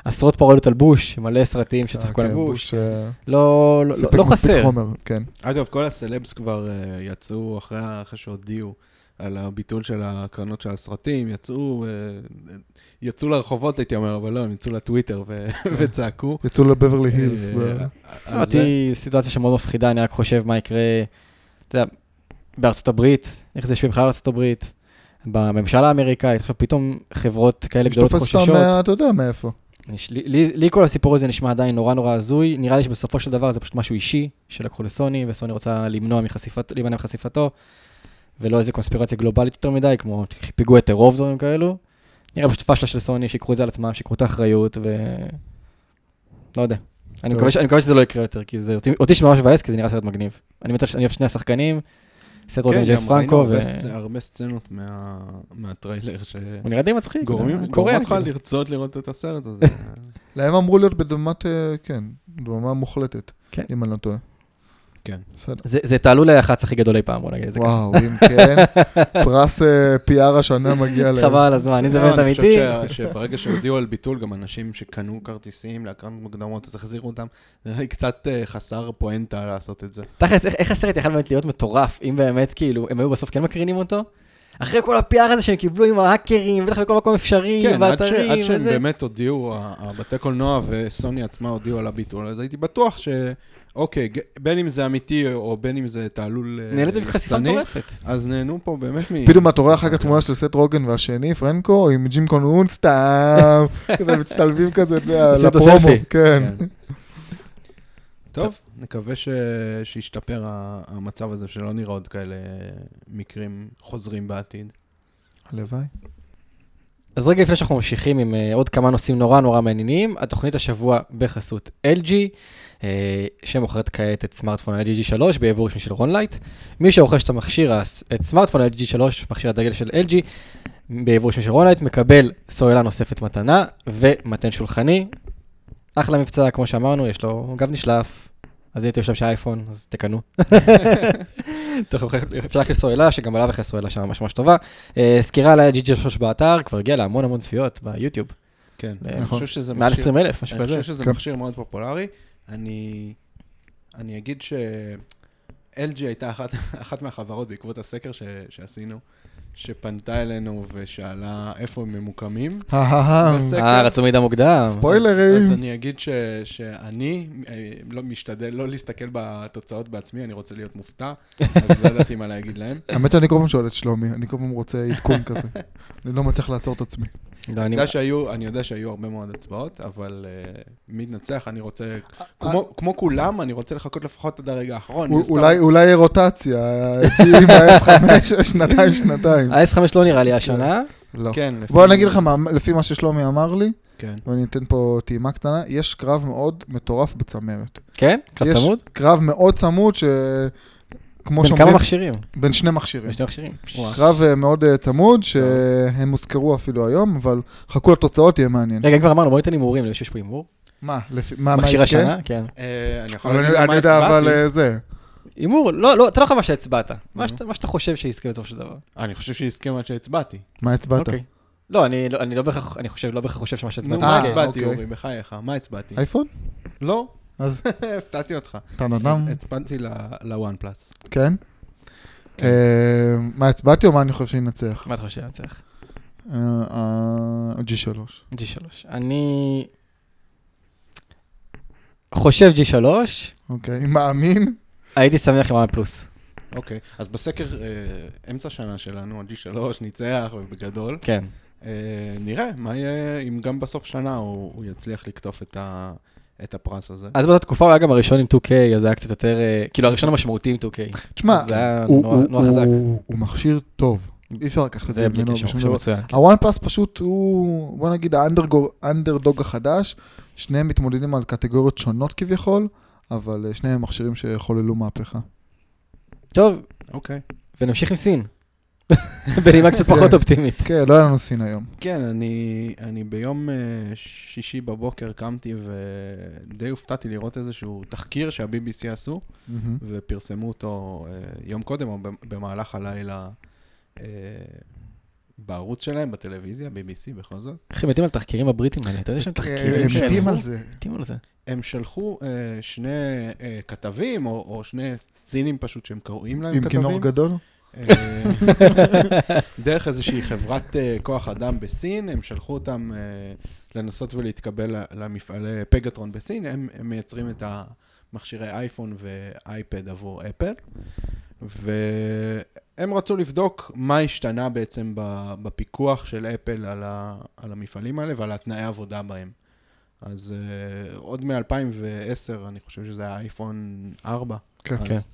עשרות פרודיות על בוש, מלא סרטים שצחקו על בוש. לא חסר. כן. אגב, כל הסלבס כבר יצאו אחרי שהודיעו על הביטול של הקרנות של הסרטים, יצאו, יצאו לרחובות, הייתי אומר, אבל לא, הם יצאו לטוויטר וצעקו. יצאו לבברלי הילס. אמרתי, סיטואציה שמאוד מפחידה, אני רק חושב מה יקרה, אתה יודע, בארצות הברית, איך זה ישפיע בכלל בארצות הברית, בממשלה האמריקאית, פתאום חברות כאלה גדולות חוששות. שתופס אותם, אתה יודע מאיפה. לי כל הסיפור הזה נשמע עדיין נורא נורא הזוי, נראה לי שבסופו של דבר זה פשוט משהו אישי, שלקחו לסוני, וסוני רוצה למנוע להימנע מחשיפתו, ולא איזה קונספירציה גלובלית יותר מדי, כמו פיגועי טרור ודברים כאלו. נראה פשוט פשלה של סוני, שיקחו את זה על עצמם, שיקחו את האחריות, ו... לא יודע. אני מקווה שזה לא יקרה יותר, כי זה אותי שממש מבאס, כי זה נראה סרט מגניב. אני אוהב שני השחקנים, סט רוגן וג'יימס פרנקו. כן, גם ראינו הרבה סצנות מהטריילר, הוא נראה די מצחיק. גורמים אותך לרצות לראות את הסרט הזה. להם אמרו להיות בדומת, כן, דומה מוחלטת, אם אני לא טועה. כן. זה תעלו לאחת הכי גדול אי פעם, בוא נגיד את זה ככה. וואו, אם כן, פרס פי אר השנה מגיע להם. חבל על הזמן, אם זה באמת אמיתי. אני חושב שברגע שהודיעו על ביטול, גם אנשים שקנו כרטיסים להקרנות מוקדמות, אז החזירו אותם, זה נראה לי קצת חסר פואנטה לעשות את זה. תכלס, איך הסרט יכל באמת להיות מטורף, אם באמת כאילו, הם היו בסוף כן מקרינים אותו? אחרי כל הפי אר הזה שהם קיבלו עם ההאקרים, בטח בכל מקום אפשרי, באתרים. כן, עד שהם באמת הודיעו, הבתי קולנוע וסוני עצמה הודיעו על הביטול, אז הייתי בטוח ש... אוקיי, בין אם זה אמיתי או בין אם זה תעלול נהנתם חשיפה מטורפת. אז נהנו פה באמת מ... פתאום אתה רואה אחר כך תמונה של סט רוגן והשני, פרנקו, עם ג'ים קונון, סתם, מצטלבים כזה לפרומו. כן. טוב, נקווה שישתפר המצב הזה, שלא נראה עוד כאלה מקרים חוזרים בעתיד. הלוואי. אז רגע לפני שאנחנו ממשיכים עם עוד כמה נושאים נורא נורא מעניינים, התוכנית השבוע בחסות אל ג'י, שמוכרת כעת את סמארטפון אל ג'י ג'י שלוש ביבוא רשמי של רונלייט. מי שרוכש את המכשיר, את סמארטפון אל ג'י ג'י שלוש, מכשיר הדגל של אל ג'י, ביבוא רשמי של רונלייט, מקבל סוללה נוספת מתנה ומתן שולחני. אחלה מבצע, כמו שאמרנו, יש לו גב נשלף, אז אם אתם שם שהאייפון, אז תקנו. אפשר להכניס סוללה, שגם עליו אחרי סוללה שם ממש ממש טובה. סקירה על ה-אל ג'י ג'י שלוש באתר, כבר הגיע להמון המון צפיות ביוטיוב. כן, אני חושב שזה מעל עשרים אלף, משהו כזה. אני חושב שזה מכשיר מאוד פופולרי. אני אגיד ש-אל ג'י הייתה אחת מהחברות בעקבות הסקר שעשינו, שפנתה אלינו ושאלה איפה הם ממוקמים. אה, רצו מידע מוקדם. ספוילרים. אז אני אגיד שאני לא משתדל לא להסתכל בתוצאות בעצמי, אני רוצה להיות מופתע, אז לא ידעתי מה להגיד להם. האמת שאני כל פעם שואל את שלומי, אני כל פעם רוצה עדכון כזה. אני לא מצליח לעצור את עצמי. אני יודע שהיו הרבה מאוד הצבעות, אבל מי נצח, אני רוצה, כמו כולם, אני רוצה לחכות לפחות עד הרגע האחרון. אולי רוטציה, ג'י עם ה-אס חמש, שנתיים, שנתיים. ה-אס חמש לא נראה לי השנה. לא. בוא אני אגיד לך, לפי מה ששלומי אמר לי, ואני אתן פה טעימה קטנה, יש קרב מאוד מטורף בצמרת. כן? קרב צמוד? יש קרב מאוד צמוד ש... בין כמה מכשירים? בין שני מכשירים. בין שני מכשירים. קרב מאוד צמוד, שהם הוזכרו אפילו היום, אבל חכו לתוצאות, יהיה מעניין. רגע, כבר אמרנו, בוא ניתן הימורים, למי שיש פה הימור. מה? מכשיר השנה? כן. אני יכול להגיד מה הצבעתי. אני יודע, אבל זה. הימור, לא, אתה לא חושב מה שהצבעת. מה שאתה חושב שיזכה בסוף של דבר. אני חושב שיזכה מה שהצבעתי. מה הצבעת? לא, אני לא בהכרח, אני חושב, לא בהכרח חושב שמה שהצבעת. נו, מה הצבעתי, אורי, בחייך? מה הצבעתי? אייפון? לא. אז? הפתעתי אותך. אתה נדם? הצבעתי לוואן פלאס. כן? מה הצבעתי או מה אני חושב שינצח? מה אתה חושב שינצח? ג'י שלוש. ג'י שלוש. אני חושב ג'י שלוש. אוקיי, מאמין? הייתי שמח עם וואן פלוס. אוקיי, אז בסקר אמצע שנה שלנו, ג'י שלוש ניצח ובגדול. כן. נראה, מה יהיה אם גם בסוף שנה הוא יצליח לקטוף את ה... את הפרס הזה. אז באותה תקופה הוא היה גם הראשון עם טו קיי, אז זה היה קצת יותר, כאילו הראשון המשמעותי עם טו קיי. תשמע, הוא מכשיר טוב. אי אפשר לקחת את זה ממנו בשום דבר. הוואן פלאס פשוט הוא, בוא נגיד, האנדרדוג החדש, שניהם מתמודדים על קטגוריות שונות כביכול, אבל שניהם מכשירים שחוללו מהפכה. טוב. אוקיי. ונמשיך עם סין. בנימה קצת פחות אופטימית. כן, לא היה לנו סין היום. כן, אני, אני ביום שישי בבוקר קמתי ודי הופתעתי לראות איזשהו תחקיר שה-בי בי סי עשו, ופרסמו אותו יום קודם או במהלך הלילה בערוץ שלהם, בטלוויזיה, בי בי סי בכל זאת. איך הם יודעים על תחקירים הבריטים האלה? אתה יודע שהם תחקירים? הם מתים על זה. מתים על זה. הם שלחו אה, שני אה, כתבים, או, או שני סינים פשוט שהם קוראים להם עם כתבים. כינור גדול? אה, דרך איזושהי חברת אה, כוח אדם בסין, הם שלחו אותם אה, לנסות ולהתקבל למפעלי פגטרון בסין, הם, הם מייצרים את המכשירי אייפון ואייפד עבור אפל, והם רצו לבדוק מה השתנה בעצם בפיקוח של אפל על, ה, על המפעלים האלה ועל התנאי העבודה בהם. אז uh, עוד מ-אלפיים ועשר, אני חושב שזה היה אייפון ארבע, כן, אז, כן.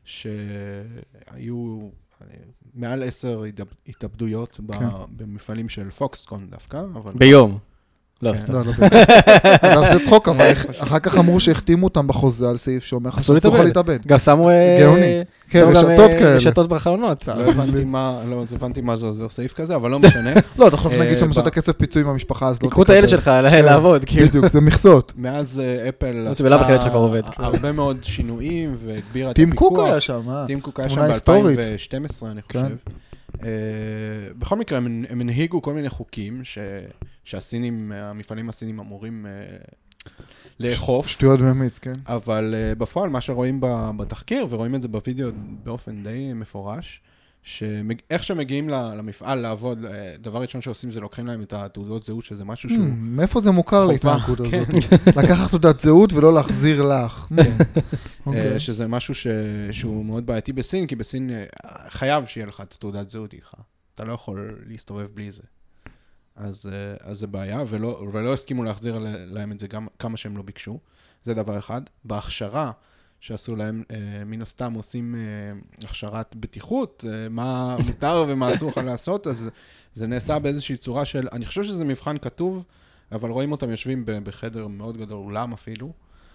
שהיו מעל עשר התאבדויות ב- כן. במפעלים של פוקסקון דווקא, אבל... ביום. לא, כן. סתם. לא, לא, לא, זה צחוק, אבל אחר כך אמרו שהחתימו אותם בחוזה על סעיף שאומר לך אסור שאסור לך להתאבד. להתאבד. גם שמו... אה, גאוני. כן, שמו גם, רשתות אה, כאלה. רשתות בחלונות. לא הבנתי מה, לא הבנתי מה זה עוזר סעיף כזה, אבל לא משנה. לא, תכף נגיד אה, שמשאת ב- הכסף פיצוי מהמשפחה, אז לא תיקחו את הילד שלך לעבוד, כאילו. בדיוק, זה מכסות. מאז אה, אפל לא שבלאו הכי הילד שלך כבר עובד. הרבה מאוד שינויים והגבירה את טים הפיקוח. קוק היה שם, אה? טים קוק היה שם תמונה היסטורית. ב-אלפיים ושתים עשרה, אני חושב. כן. Uh, בכל מקרה, הם, הם הנהיגו כל מיני חוקים ש, שהסינים, המפעלים הסינים אמורים uh, לאכוף. שטויות במיץ, כן. אבל uh, בפועל, מה שרואים ב, בתחקיר, ורואים את זה בווידאו באופן די מפורש, שאיך שמגיעים למפעל לעבוד, דבר ראשון שעושים זה לוקחים להם את התעודות זהות, שזה משהו שהוא... מאיפה זה מוכר לי, חובה, ההתנהגות כן. הזאת? לקחת תעודת זהות ולא להחזיר לך. אוקיי. אה, שזה משהו ש- שהוא מאוד בעייתי בסין, כי בסין אה, חייב שיהיה לך את התעודת זהות איתך. אתה לא יכול להסתובב בלי זה. אז, אה, אז זה בעיה, ולא, ולא הסכימו להחזיר להם את זה גם כמה שהם לא ביקשו. זה דבר אחד. בהכשרה שעשו להם, אה, מן הסתם עושים אה, הכשרת בטיחות, אה, מה מותר ומה אסור לך לעשות, אז זה נעשה באיזושהי צורה של, אני חושב שזה מבחן כתוב, אבל רואים אותם יושבים ב- בחדר מאוד גדול, אולם אפילו,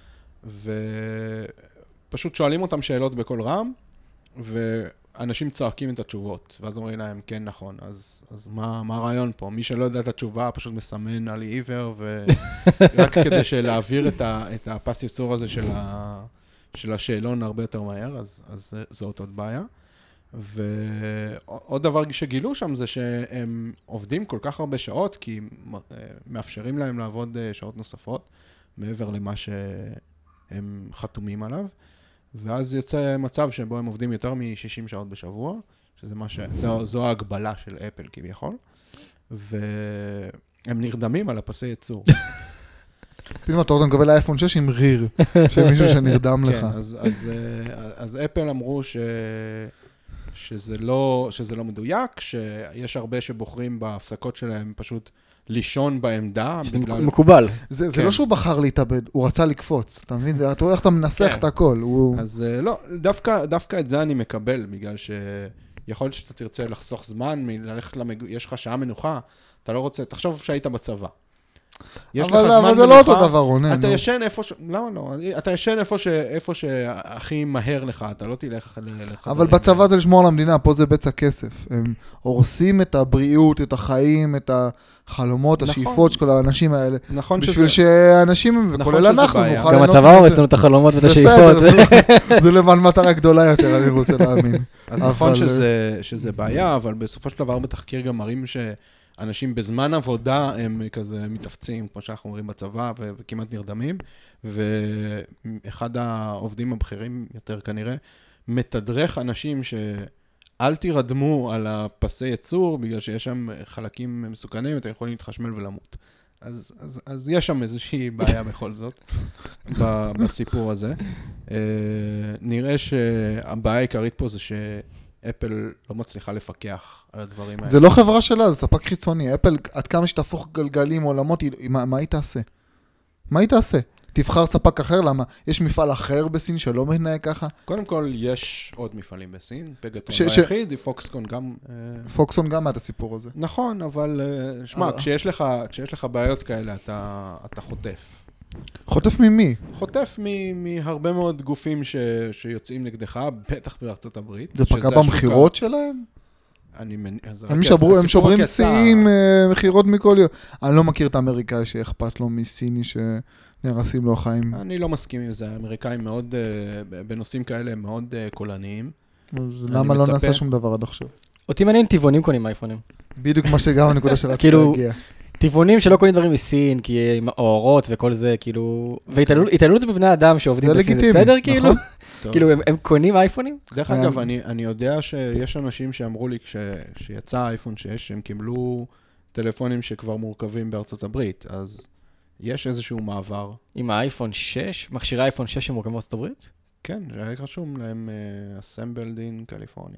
ופשוט שואלים אותם שאלות בכל רם, ואנשים צועקים את התשובות, ואז אומרים להם, כן, נכון, אז, אז מה, מה הרעיון פה? מי שלא יודע את התשובה, פשוט מסמן על עיוור, ורק כדי שלהעביר את, ה, את הפס ייצור הזה של, ה, של השאלון הרבה יותר מהר, אז, אז זאת עוד בעיה. ועוד דבר שגילו שם זה שהם עובדים כל כך הרבה שעות, כי מאפשרים להם לעבוד שעות נוספות, מעבר למה שהם חתומים עליו, ואז יוצא מצב שבו הם עובדים יותר מ-שישים שעות בשבוע, שזה מה ש... זו, זו ההגבלה של אפל כביכול, והם נרדמים על הפסי ייצור. פתאום אתה רוצה לקבל אייפון שש עם ריר, של מישהו שנרדם לך. כן, אז, אז, אז אפל אמרו ש... שזה לא, שזה לא מדויק, שיש הרבה שבוחרים בהפסקות שלהם פשוט לישון בעמדה. שזה בגלל... מקובל. זה, זה כן. לא שהוא בחר להתאבד, הוא רצה לקפוץ, אתה מבין? זה, אתה רואה איך אתה מנסח כן. את הכל. הוא... אז לא, דווקא, דווקא את זה אני מקבל, בגלל שיכול להיות שאתה תרצה לחסוך זמן, מללכת למג... יש לך שעה מנוחה, אתה לא רוצה, תחשוב שהיית בצבא. יש אבל, לך זמן אבל זה מנוחה, לא אותו דבר, רונן. אתה נו. ישן איפה ש... למה לא? אתה ישן איפה, ש... איפה שהכי מהר לך, אתה לא תלך לחדרים. אבל בצבא זה לשמור על המדינה, פה זה בצע כסף. הם הורסים את הבריאות, את החיים, את החלומות, נכון. השאיפות של כל האנשים האלה. נכון שזה... בשביל שאנשים, וכולל שזה אנחנו, בעיה. נוכל גם ליהנות הצבא מזה. הורס לנו את החלומות ואת השאיפות. בסדר, זה למען מטרה גדולה יותר, אני רוצה להאמין. אז אבל- נכון שזה, שזה בעיה, אבל בסופו של דבר בתחקיר גם מראים שאנשים בזמן עבודה הם כזה מתאפצים, כמו שאנחנו אומרים בצבא, ו- וכמעט נרדמים, ואחד העובדים הבכירים יותר כנראה, מתדרך אנשים שאל תירדמו על הפסי ייצור, בגלל שיש שם חלקים מסוכנים, אתם יכולים להתחשמל ולמות. אז, אז, אז יש שם איזושהי בעיה בכל זאת, ב- בסיפור הזה. אה, נראה שהבעיה העיקרית פה זה שאפל לא מצליחה לפקח על הדברים האלה. זה לא חברה שלה, זה ספק חיצוני. אפל, עד כמה שתהפוך גלגלים עולמות, היא- מה מה היא תעשה? מה היא תעשה? תבחר ספק אחר, למה? יש מפעל אחר בסין שלא מתנהג ככה? קודם כל, יש עוד מפעלים בסין, פגטון ש- ש- היחיד, פוקסקון גם... אה, פוקסון גם היה את הסיפור הזה. נכון, אבל אה, שמע, אבל- כשיש לך, כשיש לך בעיות כאלה, אתה, אתה חוטף. חוטף ממי? חוטף מ- מהרבה מאוד גופים ש, שיוצאים נגדך, בטח בארצות הברית. זה פגע שזה השוק במחירות שלהם? ה- אני מנ... אז הם רק- שברו- הם הסיפור שוברים רק יצא- שיאים, אה, מחירות מכל יום. אני לא מכיר את האמריקאי שאכפת לו מסיני שנהרסים לו החיים. אני לא מסכים עם זה, האמריקאים מאוד, אה, בנושאים כאלה הם מאוד אה, קולניים. אז אני למה לא מצפה- נעשה שום דבר עד עכשיו? אותי מעניין טבעונים קונים אייפונים. בדיוק מה שגם הנקודה שרציתי כאילו, להגיע. טבעונים שלא קונים דברים מסין, כי הם אורות וכל זה, כאילו... והתעללות בבני אדם שעובדים זה בסין, זה לגיטימי, בסדר, כאילו? נכון. כאילו, הם הם קונים אייפונים? דרך אגב, אני, אני יודע שיש אנשים שאמרו לי כש, שיצא האייפון שש, הם קיבלו טלפונים שכבר מורכבים בארצות הברית, אז יש איזשהו מעבר. עם האייפון שש? מכשירי האייפון שש שמורכבים בארצות הברית? כן, היה רשום להם uh, assembled in קליפורניה.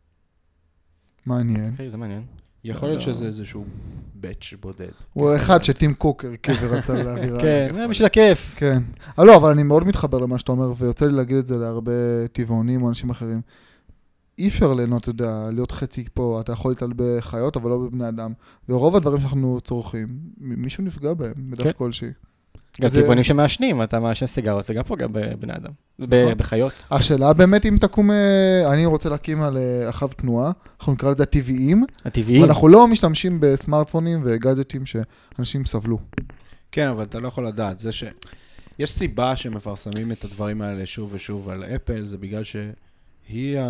מעניין. אוקיי, זה מעניין. יכול להיות שזה איזשהו בטש בודד. הוא אחד שטים קוק הרכב ורצה להעביר. כן, זה בשביל הכיף. כן. אבל לא, אבל אני מאוד מתחבר למה שאתה אומר, ויוצא לי להגיד את זה להרבה טבעונים או אנשים אחרים. אי אפשר ליהנות, אתה יודע, להיות חצי פה, אתה יכול להתעלל בחיות, אבל לא בבני אדם. ורוב הדברים שאנחנו צורכים, מישהו נפגע בהם, בדרך כלשהי. גם טבעונים שמעשנים, אתה מעשן סיגרות, זה גם פוגע בבני אדם, בחיות. השאלה באמת אם תקום, אני רוצה להקים על אחאב תנועה, אנחנו נקרא לזה הטבעיים, הטבעיים. ואנחנו לא משתמשים בסמארטפונים וגאדג'טים שאנשים סבלו. כן, אבל אתה לא יכול לדעת, זה ש... יש סיבה שמפרסמים את הדברים האלה שוב ושוב על אפל, זה בגלל שהיא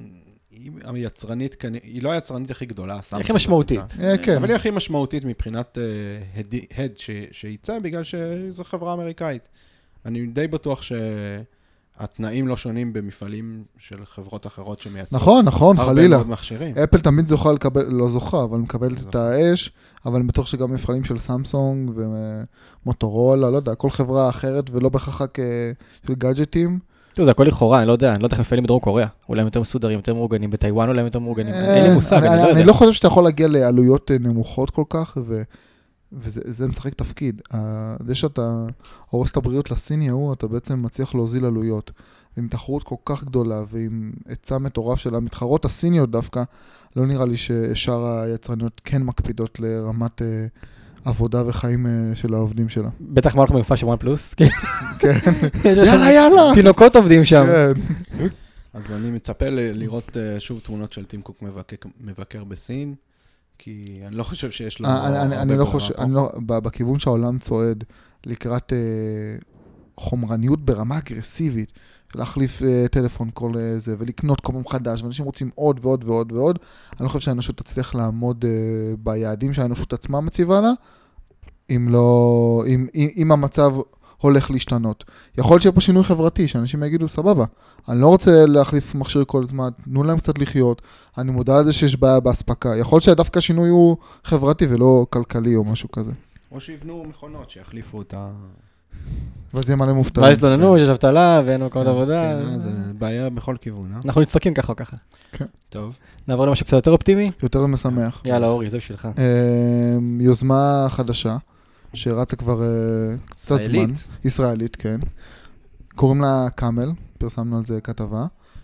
היצרנית, היא לא היצרנית הכי גדולה, היא הכי משמעותית. אבל היא הכי משמעותית מבחינת הד שייצא, בגלל שזו חברה אמריקאית. אני די בטוח שהתנאים לא שונים במפעלים של חברות אחרות שמייצרות. נכון, נכון, חלילה. הרבה מאוד מכשירים. אפל תמיד זוכה לקבל, לא זוכה, אבל מקבלת את האש, אבל אני בטוח שגם מפעלים של סמסונג ומוטורולה, לא יודע, כל חברה אחרת ולא בהכרח של גאדג'טים. זה הכל לכאורה, אני לא יודע, אני לא יודע איך מפעלים בדרום קוריאה, אולי הם יותר מסודרים, יותר מאורגנים, בטיוואן אולי הם יותר מאורגנים, אין לי מושג, אני לא יודע. אני לא חושב שאתה יכול להגיע לעלויות נמוכות כל כך, וזה משחק תפקיד. זה שאתה הורס את הבריאות לסיני ההוא, אתה בעצם מצליח להוזיל עלויות, ועם תחרות כל כך גדולה, ועם היצע מטורף של המתחרות הסיניות דווקא, לא נראה לי ששאר היצרניות כן מקפידות לרמת עבודה וחיים של העובדים שלה. בטח מה הולכים במפע של וואן פלוס? כן. יאללה, יאללה. תינוקות עובדים שם. אז אני מצפה לראות שוב תמונות של טים קוק מבקר בסין, כי אני לא חושב שיש לו... אני לא חושב, בכיוון שהעולם צועד לקראת חומרניות ברמה אגרסיבית, להחליף טלפון כל זה, ולקנות כל פעם חדש, ואנשים רוצים עוד ועוד ועוד ועוד, אני לא חושב שהאנושות תצליח לעמוד ביעדים שהאנושות עצמה מציבה לה, אם לא, אם, אם המצב הולך להשתנות. יכול להיות שיהיה פה שינוי חברתי, שאנשים יגידו, סבבה, אני לא רוצה להחליף מכשיר כל זמן, תנו להם קצת לחיות, אני מודע לזה שיש בעיה בהספקה. יכול להיות שדווקא השינוי הוא חברתי ולא כלכלי או משהו כזה. או שיבנו מכונות שיחליפו את ה... ואז יהיה מלא מובטלים. ואז התלוננו, יש אבטלה ואין מקומות עבודה. כן, זה בעיה בכל כיוון, אה? אנחנו נדפקים ככה או ככה. כן. טוב. נעבור למשהו קצת יותר אופטימי? יותר משמח. יאללה, אורי, זה בשבילך. יוזמה חדשה, שרצה כבר קצת זמן. ישראלית, כן. קוראים לה קאמל, פרסמנו על זה כתבה,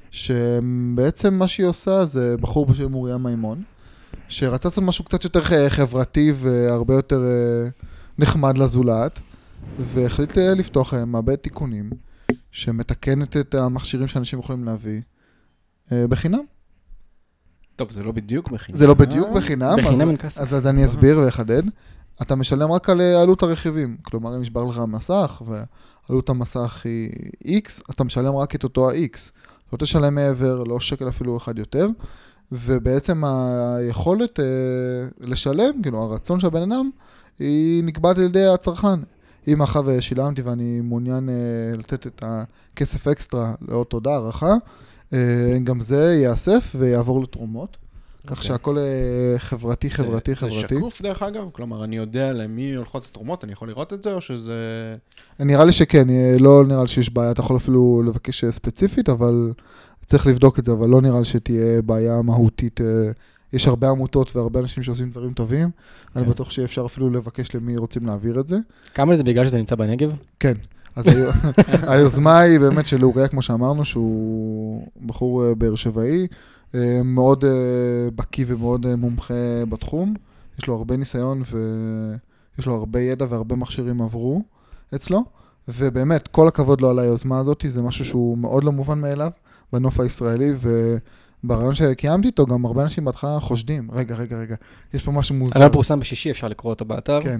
שבעצם מה שהיא עושה זה בחור בשם אוריה מימון, שרצה לעשות משהו קצת יותר חברתי והרבה יותר נחמד לזולת, והחליט לפתוח מעבד תיקונים שמתקנת את המכשירים שאנשים יכולים להביא בחינם. טוב, זה לא בדיוק בחינם. זה לא בדיוק בחינם. בחינם אין כסף. אז אני אסביר ואחדד. אתה משלם רק על עלות הרכיבים. כלומר, אם נשבר לך המסך, ועלות המסך היא X, אתה משלם רק את אותו ה-X. לא תשלם מעבר, לא שקל אפילו אחד יותר. ובעצם היכולת לשלם, כאילו הרצון של הבן אדם, היא נקבעת על ידי הצרכן. אם אחר ושילמתי ואני מעוניין לתת את הכסף אקסטרה לעוד תודה, הערכה, גם זה יאסף ויעבור לתרומות. כך שהכל חברתי, חברתי, חברתי. זה שקוף דרך אגב? כלומר, אני יודע למי הולכות התרומות, אני יכול לראות את זה או שזה... נראה לי שכן, לא נראה לי שיש בעיה, אתה יכול אפילו לבקש ספציפית, אבל צריך לבדוק את זה, אבל לא נראה לי שתהיה בעיה מהותית. יש הרבה עמותות והרבה אנשים שעושים דברים טובים, אני בטוח שאפשר אפילו לבקש למי רוצים להעביר את זה. כמה זה בגלל שזה נמצא בנגב? כן. אז היוזמה היא באמת של אוריה, כמו שאמרנו, שהוא בחור באר שבעי, מאוד בקי ומאוד מומחה בתחום. יש לו הרבה ניסיון ויש לו הרבה ידע והרבה מכשירים עברו אצלו. ובאמת, כל הכבוד לו על היוזמה הזאת, זה משהו שהוא מאוד לא מובן מאליו בנוף הישראלי, וברעיון שקיימתי איתו, גם הרבה אנשים בהתחלה חושדים. רגע, רגע, רגע, יש פה משהו מוזר. הרעיון פורסם בשישי, אפשר לקרוא אותו באתר. כן,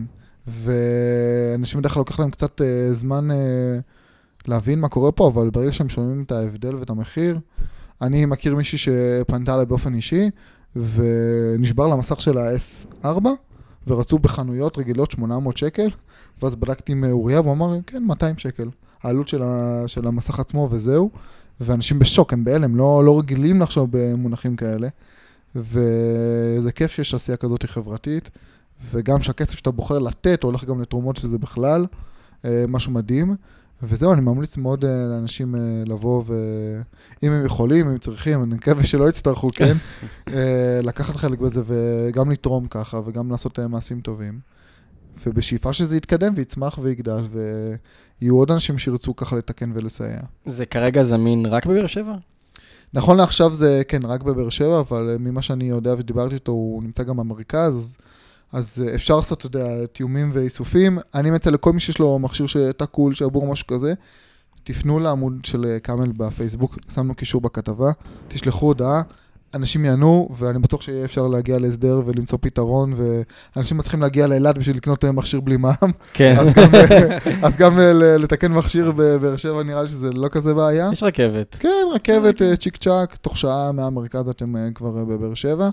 ואנשים בדרך כלל לוקח להם קצת זמן להבין מה קורה פה, אבל ברגע שהם שומעים את ההבדל ואת המחיר, אני מכיר מישהי שפנתה עליי באופן אישי, ונשבר למסך של ה-אס ארבע, ורצו בחנויות רגילות שמונה מאות שקל, ואז בדקתי עם אוריה, והוא אמר, כן, מאתיים שקל. העלות של, ה, של המסך עצמו וזהו, ואנשים בשוק, הם בהלם, לא, לא רגילים לחשוב במונחים כאלה, וזה כיף שיש עשייה כזאת חברתית, וגם שהכסף שאתה בוחר לתת, הולך גם לתרומות שזה בכלל, משהו מדהים, וזהו, אני ממליץ מאוד לאנשים לבוא, ואם הם יכולים, אם הם צריכים, אני מקווה שלא יצטרכו, כן, לקחת חלק בזה, וגם לתרום ככה, וגם לעשות מעשים טובים. ובשאיפה שזה יתקדם ויצמח ויגדל, ויהיו עוד אנשים שירצו ככה לתקן ולסייע. זה כרגע זמין רק בבאר שבע? נכון לעכשיו זה, כן, רק בבאר שבע, אבל ממה שאני יודע ודיברתי איתו, הוא נמצא גם במרכז, אז אפשר לעשות, אתה יודע, תיומים ואיסופים. אני מצא לכל מי שיש לו מכשיר שתקול, שעבור משהו כזה, תפנו לעמוד של קאמל בפייסבוק, שמנו קישור בכתבה, תשלחו הודעה, אנשים יענו, ואני בטוח שיהיה אפשר להגיע להסדר ולמצוא פתרון, ואנשים מצליחים להגיע לאילת בשביל לקנות מכשיר בלי מע"מ. כן. אז גם, אז גם לתקן מכשיר בבאר שבע נראה לי שזה לא כזה בעיה. יש רכבת. כן, רכבת צ'יק צ'ק, תוך שעה מהמרכז אתם כבר בבאר שבע.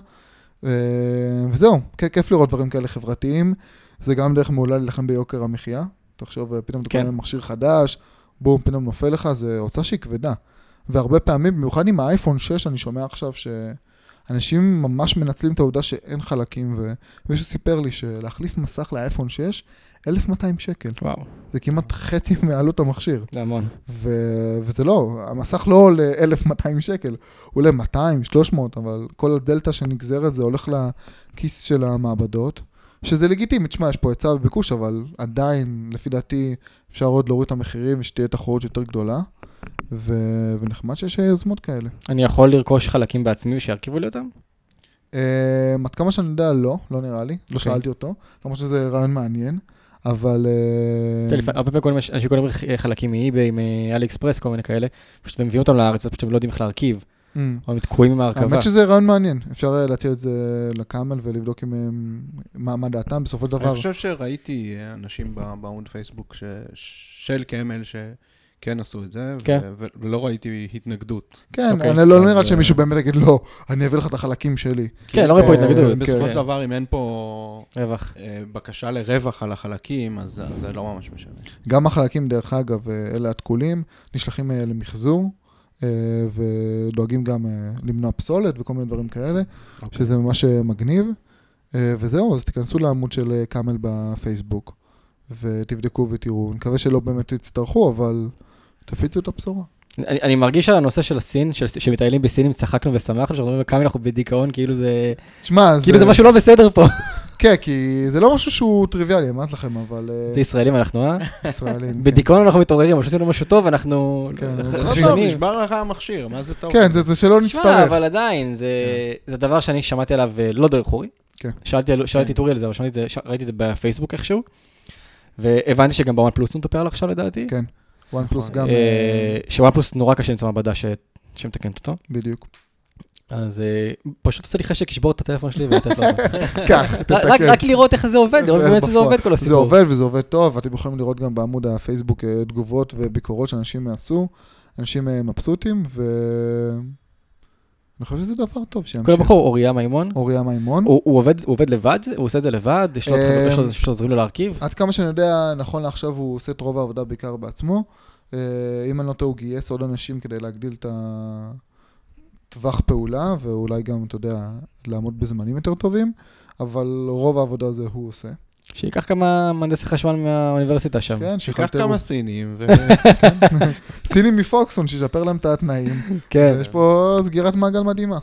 וזהו, כיף לראות דברים כאלה חברתיים. זה גם דרך מעולה להילחם ביוקר המחיה. תחשוב, פתאום אתה קונה מכשיר חדש, בום, פתאום נופל לך, זה הוצאה שהיא כבדה. והרבה פעמים, במיוחד עם האייפון שש, אני שומע עכשיו שאנשים ממש מנצלים את העובדה שאין חלקים, ומישהו סיפר לי שלהחליף מסך לאייפון שש, אלף ומאתיים שקל. וואו. זה כמעט חצי מעלות המכשיר. זה המון. ו- וזה לא, המסך לא עולה אלף ומאתיים שקל, הוא עולה מאתיים, שלוש מאות, אבל כל הדלטה שנגזרת זה הולך לכיס של המעבדות, שזה לגיטימי, תשמע, יש פה היצע וביקוש, אבל עדיין, לפי דעתי, אפשר עוד להוריד את המחירים ושתהיה תחרות יותר גדולה. ו- ונחמד שיש יוזמות כאלה. אני יכול לרכוש חלקים בעצמי ושירכיבו לי אותם? עד כמה שאני יודע, לא, לא נראה לי. לא שאלתי אותו, למרות שזה רעיון מעניין, אבל... הרבה פעמים אנשים קונים חלקים מאיביי, מאלי אקספרס, כל מיני כאלה, פשוט הם מביאים אותם לארץ, פשוט הם לא יודעים איך להרכיב, או מתקועים עם ההרכבה. האמת שזה רעיון מעניין, אפשר להציע את זה לקאמל ולבדוק עם מה דעתם, בסופו של דבר. אני חושב שראיתי אנשים בעמוד פייסבוק של קאמל ש... כן עשו את זה, ולא ראיתי התנגדות. כן, אני לא נראה שמישהו באמת יגיד, לא, אני אביא לך את החלקים שלי. כן, לא רואה פה התנגדות. בסופו של דבר, אם אין פה רווח. בקשה לרווח על החלקים, אז זה לא ממש משנה. גם החלקים, דרך אגב, אלה התקולים, נשלחים למחזור, ודואגים גם למנוע פסולת וכל מיני דברים כאלה, שזה ממש מגניב. וזהו, אז תיכנסו לעמוד של קאמל בפייסבוק, ותבדקו ותראו. אני מקווה שלא באמת תצטרכו, אבל... תפיצו את הבשורה. אני, אני מרגיש על הנושא של הסין, של, שמטיילים בסינים, צחקנו ושמחנו, שאנחנו בקאמל אנחנו בדיכאון, כאילו זה... שמה, כאילו זה... זה משהו לא בסדר פה. כן, כי זה לא משהו שהוא טריוויאלי, אמרת לכם, אבל... זה ישראלים אנחנו, אה? ישראלים, בדיכאון אנחנו מתעוררים, אבל שעשינו משהו טוב, אנחנו... כן, זה לא טוב, נשבר לך המכשיר, מה זה טוב? כן, זה שלא נצטרך. שמע, אבל עדיין, זה דבר שאני שמעתי עליו לא דרך אורי. שאלתי את אורי על זה, אבל ראיתי את זה בפייסבוק איכשהו, והבנתי שגם בוואן פלוס הוא מטפל עליו עכשיו לדעתי. כן. וואן פלוס גם... שוואן פלוס נורא קשה למצוא מעבדה שמתקנת אותו. בדיוק. אז פשוט עושה לי חשק לשבור את הטלפון שלי ולתת לו. כך, תתקן. רק לראות איך זה עובד, לראות באמת שזה עובד כל הסיפור. זה עובד וזה עובד טוב, ואתם יכולים לראות גם בעמוד הפייסבוק תגובות וביקורות שאנשים עשו, אנשים מבסוטים, ו... אני חושב שזה דבר טוב שימשיך. כל הבחור, אוריה מימון. אוריה מימון. הוא עובד לבד? הוא עושה את זה לבד? יש לו חבר'ה שעוזרים לו להרכיב? עד כמה שאני יודע, נכון לעכשיו הוא עושה את רוב העבודה בעיקר בעצמו. אם אני לא טועה, הוא גייס עוד אנשים כדי להגדיל את הטווח פעולה, ואולי גם, אתה יודע, לעמוד בזמנים יותר טובים, אבל רוב העבודה הזה הוא עושה. שיקח כמה מהנדסי חשמל מהאוניברסיטה שם. כן, שיקח כמה סינים. סינים מפוקסון, שישפר להם את התנאים. כן. יש פה סגירת מעגל מדהימה.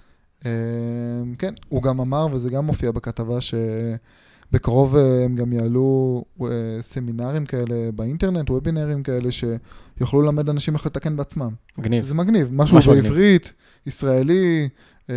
כן, הוא גם אמר, וזה גם מופיע בכתבה, שבקרוב הם גם יעלו סמינרים כאלה באינטרנט, וובינרים כאלה, שיוכלו ללמד אנשים איך לתקן בעצמם. מגניב. זה מגניב. משהו בעברית, ישראלי,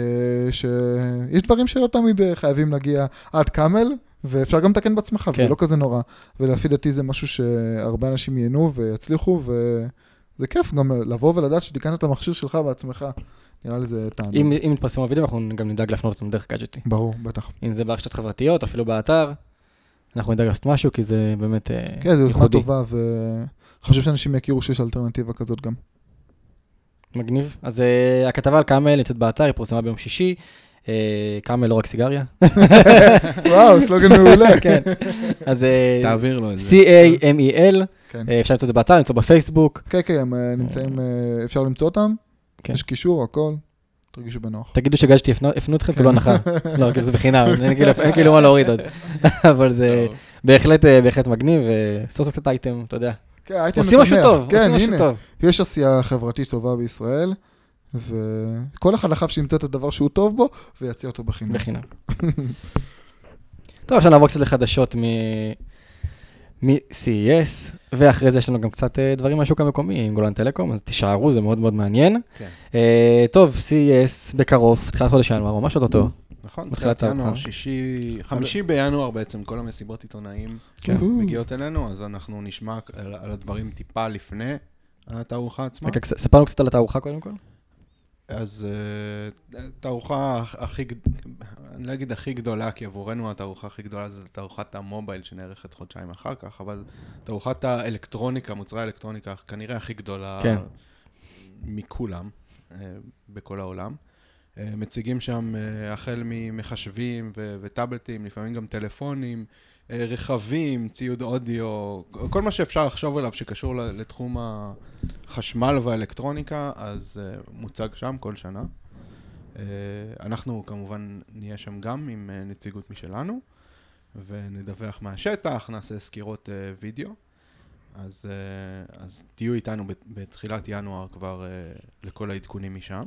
שיש דברים שלא תמיד חייבים להגיע עד קאמל, ואפשר גם לתקן בעצמך, וזה לא כזה נורא. ולפי דעתי זה משהו שהרבה אנשים ייהנו ויצליחו, וזה כיף גם לבוא ולדעת שתיקן את המכשיר שלך בעצמך. נראה לי זה תענוג. אם נתפרסם הוידאו, אנחנו גם נדאג להפנות אותם דרך גאדג'טי. ברור, בטח. אם זה ברשתות חברתיות, אפילו באתר, אנחנו נדאג לעשות משהו, כי זה באמת ייחודי. כן, זו יוזמה טובה, וחשוב שאנשים יכירו שיש אלטרנטיבה כזאת גם. מגניב. אז הכתבה על קאמל נמצאת באתר, היא פורסמה ביום שישי. קאמל לא רק סיגריה. וואו, סלוגן מעולה. כן. אז תעביר לו את זה. C-A-M-E-L, כן. אפשר למצוא את זה באתר, למצוא בפייסבוק. כן, כן, הם נמצאים, אפשר למצוא אותם. כן. יש קישור, הכל. תרגישו בנוח. תגידו שגשתי הפנו אתכם, כאילו הנחה. לא, כאילו זה בחינם, אין כאילו מה להוריד עוד. אבל זה בהחלט בהחלט מגניב, וסוף סוף קצת אייטם, אתה יודע. עושים משהו טוב, עושים משהו טוב. יש עשייה חברתית טובה בישראל, וכל אחד לחב שימצא את הדבר שהוא טוב בו, ויציע אותו בחינם. בחינם. טוב, עכשיו נעבור קצת לחדשות מ-סי אי אס, ואחרי זה יש לנו גם קצת דברים מהשוק המקומי עם גולן טלקום, אז תישארו, זה מאוד מאוד מעניין. טוב, סי אי אס בקרוב, תחילת חודש ינואר, ממש אותו. נכון, תחילת ינואר, שישי, חמישי בינואר בעצם, כל המסיבות עיתונאים מגיעות אלינו, אז אנחנו נשמע על הדברים טיפה לפני התערוכה עצמה. ספרנו קצת על התערוכה קודם כל? אז תערוכה הכי, אני לא אגיד הכי גדולה, כי עבורנו התערוכה הכי גדולה זה תערוכת המובייל שנערכת חודשיים אחר כך, אבל תערוכת האלקטרוניקה, מוצרי האלקטרוניקה, כנראה הכי גדולה מכולם בכל העולם. מציגים שם החל ממחשבים וטאבלטים, לפעמים גם טלפונים, רכבים, ציוד אודיו, כל מה שאפשר לחשוב עליו שקשור לתחום החשמל והאלקטרוניקה, אז מוצג שם כל שנה. אנחנו כמובן נהיה שם גם עם נציגות משלנו, ונדווח מהשטח, נעשה סקירות וידאו. אז, אז תהיו איתנו בתחילת ינואר כבר לכל העדכונים משם.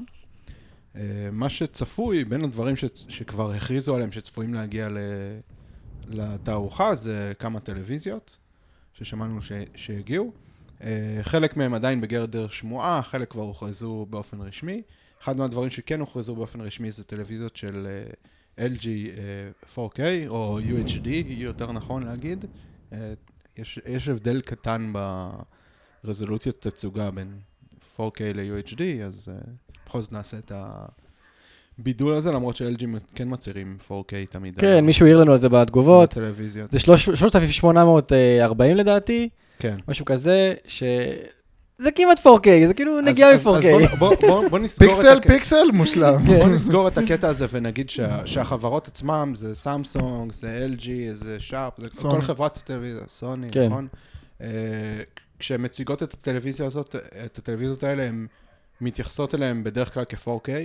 מה שצפוי, בין הדברים ש, שכבר הכריזו עליהם שצפויים להגיע ל, לתערוכה, זה כמה טלוויזיות ששמענו ש, שהגיעו. חלק מהם עדיין בגדר שמועה, חלק כבר הוכרזו באופן רשמי. אחד מהדברים שכן הוכרזו באופן רשמי זה טלוויזיות של אל ג'י פור קיי או יו אייץ' די, יותר נכון להגיד. יש, יש הבדל קטן ברזולוציות תצוגה בין פור קיי ל-יו אייץ' די, אז בכל זאת נעשה את הבידול הזה, למרות ש-אל ג'י כן מצהירים פור קיי תמיד. כן, מישהו העיר לנו על זה בתגובות. בטלוויזיות. זה שלושת אלפים שמונה מאות וארבעים לדעתי. כן. משהו כזה, ש... זה כמעט פור קיי, זה כאילו נגיע מ-פור קיי. אז בוא, בוא, בוא נסגור את פיקסל, פיקסל, מושלם. בוא נסגור את הקטע הזה ונגיד שה, שהחברות עצמם, זה סמסונג, זה אל ג'י, זה שרפ, זה כל חברת טלוויזיה, סוני, כן. נכון? כשהן מציגות את הטלוויזיה הזאת, את הטלוויזיות האלה, הן מתייחסות אליהן בדרך כלל כ-פור קיי.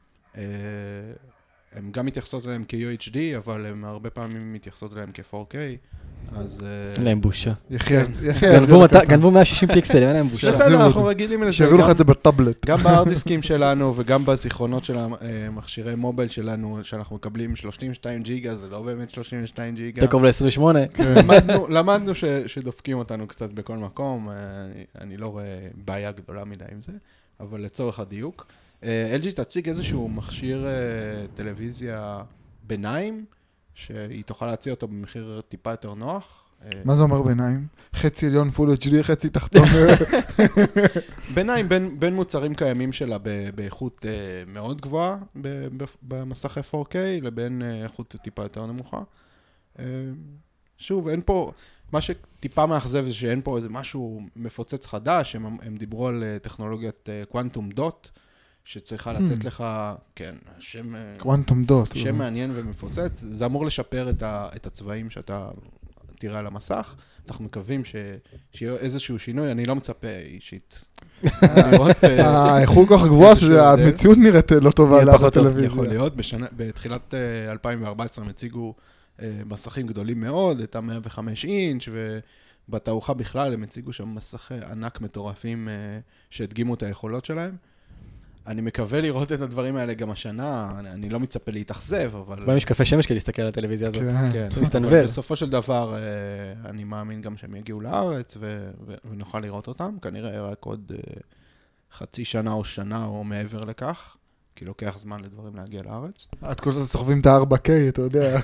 הן גם מתייחסות אליהן כ-יו אייץ' די, אבל הן הרבה פעמים מתייחסות אליהן כ-פור קיי. אז... אין להם בושה. גנבו מאה ושישים פיקסלים, אין להם בושה. בסדר, אנחנו רגילים לזה. שיביאו לך את זה בטאבלט. גם בהרדיסקים שלנו וגם בזיכרונות של המכשירי מובייל שלנו, שאנחנו מקבלים שלושים ושתיים ג'יגה, זה לא באמת שלושים ושתיים ג'יגה. תקרוב ל-עשרים ושמונה. למדנו שדופקים אותנו קצת בכל מקום, אני לא רואה בעיה גדולה מדי עם זה, אבל לצורך הדיוק. אל ג'י תציג איזשהו מכשיר טלוויזיה ביניים, שהיא תוכל להציע אותו במחיר טיפה יותר נוח. מה זה אומר ביניים? חצי עליון פול אייץ' די, חצי תחתון. ביניים, בין, בין מוצרים קיימים שלה באיכות מאוד גבוהה במסכי פור קיי, לבין איכות טיפה יותר נמוכה. שוב, אין פה, מה שטיפה מאכזב זה שאין פה איזה משהו מפוצץ חדש, הם, הם דיברו על טכנולוגיית קוונטום דוט, שצריכה לתת לך, כן, שם... קוונטום דוט. שם מעניין ומפוצץ. זה אמור לשפר את, ה, את הצבעים שאתה תראה על המסך. אנחנו מקווים ש, שיהיה איזשהו שינוי. אני לא מצפה אישית. האיכות כל כך גבוהה שהמציאות נראית לא טובה על הטלוויזיה. יכול להיות. בשנה, בתחילת אלפיים וארבע עשרה הם הציגו מסכים גדולים מאוד, את ה-מאה וחמש אינץ' ובתערוכה בכלל הם הציגו שם מסכי ענק מטורפים שהדגימו את היכולות שלהם. אני מקווה לראות את הדברים האלה גם השנה, אני, אני לא מצפה להתאכזב, אבל... בואי משקפי שמש כדי להסתכל על הטלוויזיה הזאת. כן. אבל בסופו של דבר, אני מאמין גם שהם יגיעו לארץ, ו- ו- ונוכל לראות אותם, כנראה רק עוד חצי שנה או שנה או מעבר לכך, כי לוקח זמן לדברים להגיע לארץ. עד כל זאת סוחבים את ה-ארבע קיי, אתה יודע.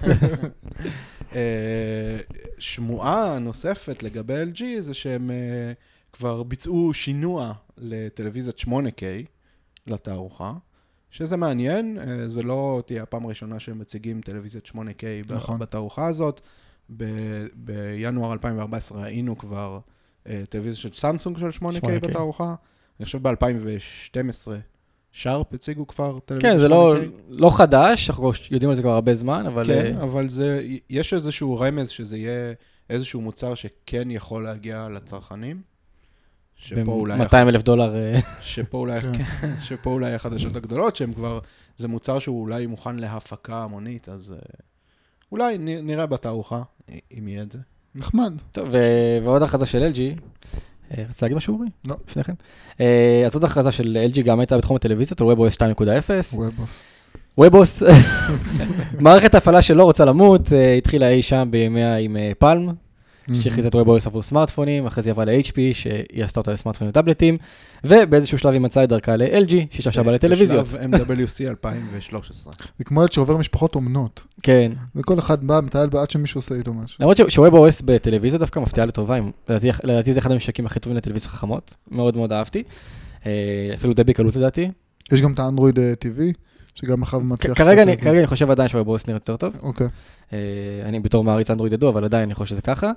שמועה נוספת לגבי אל ג'י, זה שהם כבר ביצעו שינוע לטלוויזיית שמונה קיי, לתערוכה, שזה מעניין, זה לא תהיה הפעם הראשונה שהם מציגים טלוויזיית שמונה קיי נכון. בתערוכה הזאת. ב- בינואר אלפיים וארבע עשרה ראינו כבר טלוויזיה של סמסונג של שמונה קיי בתערוכה. אני חושב ב-אלפיים ושתים עשרה שרפ הציגו כבר טלוויזיה. כן, זה לא, לא חדש, אנחנו יודעים על זה כבר הרבה זמן, אבל... כן, אבל זה, יש איזשהו רמז שזה יהיה איזשהו מוצר שכן יכול להגיע לצרכנים. שפה אולי... מאתיים אלף דולר. שפה אולי, שפה אולי החדשות הגדולות, שהם כבר, זה מוצר שהוא אולי מוכן להפקה המונית, אז אולי נראה בתערוכה, אם יהיה את זה. נחמד. טוב, ועוד הכרזה של אל ג'י, רצה להגיד משהו, אורי? לא. לפניכם. אז עוד הכרזה של אל ג'י גם הייתה בתחום הטלוויזיות, על WebOS שתיים נקודה אפס. WebOS. WebOS, מערכת ההפעלה שלא רוצה למות, התחילה אי שם בימיה עם פלם, שהכריזה את WebOS עבור סמארטפונים, אחרי זה עברה ל-אייץ' פי, שהיא עשתה אותה לסמארטפונים וטאבלטים, ובאיזשהו שלב היא מצאה את דרכה ל-אל ג'י, שהשתמשה בה לטלוויזיות. בשלב אם דאבליו סי אלפיים ושלוש עשרה. זה כמו ילד שעובר משפחות אומנות. כן. וכל אחד בא, מטייל בעד שמישהו עושה איתו משהו. למרות ש-WebOS בטלוויזיה דווקא מפתיעה לטובה, לדעתי זה אחד המשקים הכי טובים לטלוויזיות חכמות, מאוד מאוד אהבתי. אפילו די בקלות לדעתי. יש גם את האנדרואיד טיווי, שגם אחר מצליח... כרגע אני חושב עדיין ש-WebOS נראה יותר טוב. אוקיי. אני בתור מעריץ אנדרואיד ידוע, אבל עדיין אני חושב שזה ככה.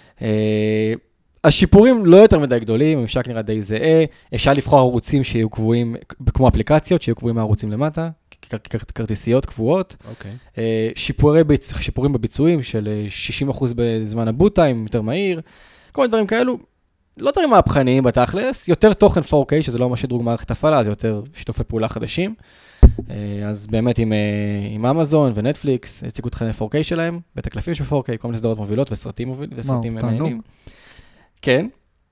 השיפורים לא יותר מדי גדולים, הממשק נראה די זהה, אפשר לבחור ערוצים שיהיו קבועים, כמו אפליקציות, שיהיו קבועים מהערוצים למטה, כרטיסיות קבועות, שיפורים בביצועים של שישים אחוז בזמן הבוט טיים, יותר מהיר, כל מיני דברים כאלו, לא דברים מהפכניים בתכלס, יותר תוכן פור קיי, שזה לא ממש שדרוג מערכת הפעלה, זה יותר שיתופי פעולה חדשים, אז באמת עם, עם אמזון ונטפליקס, הציגו תכני פור קיי שלהם, ואת הקלפים של פור קיי, כל מיני סדרות מובילות וסרטים מובילים, וסרטים מעניינים. כן.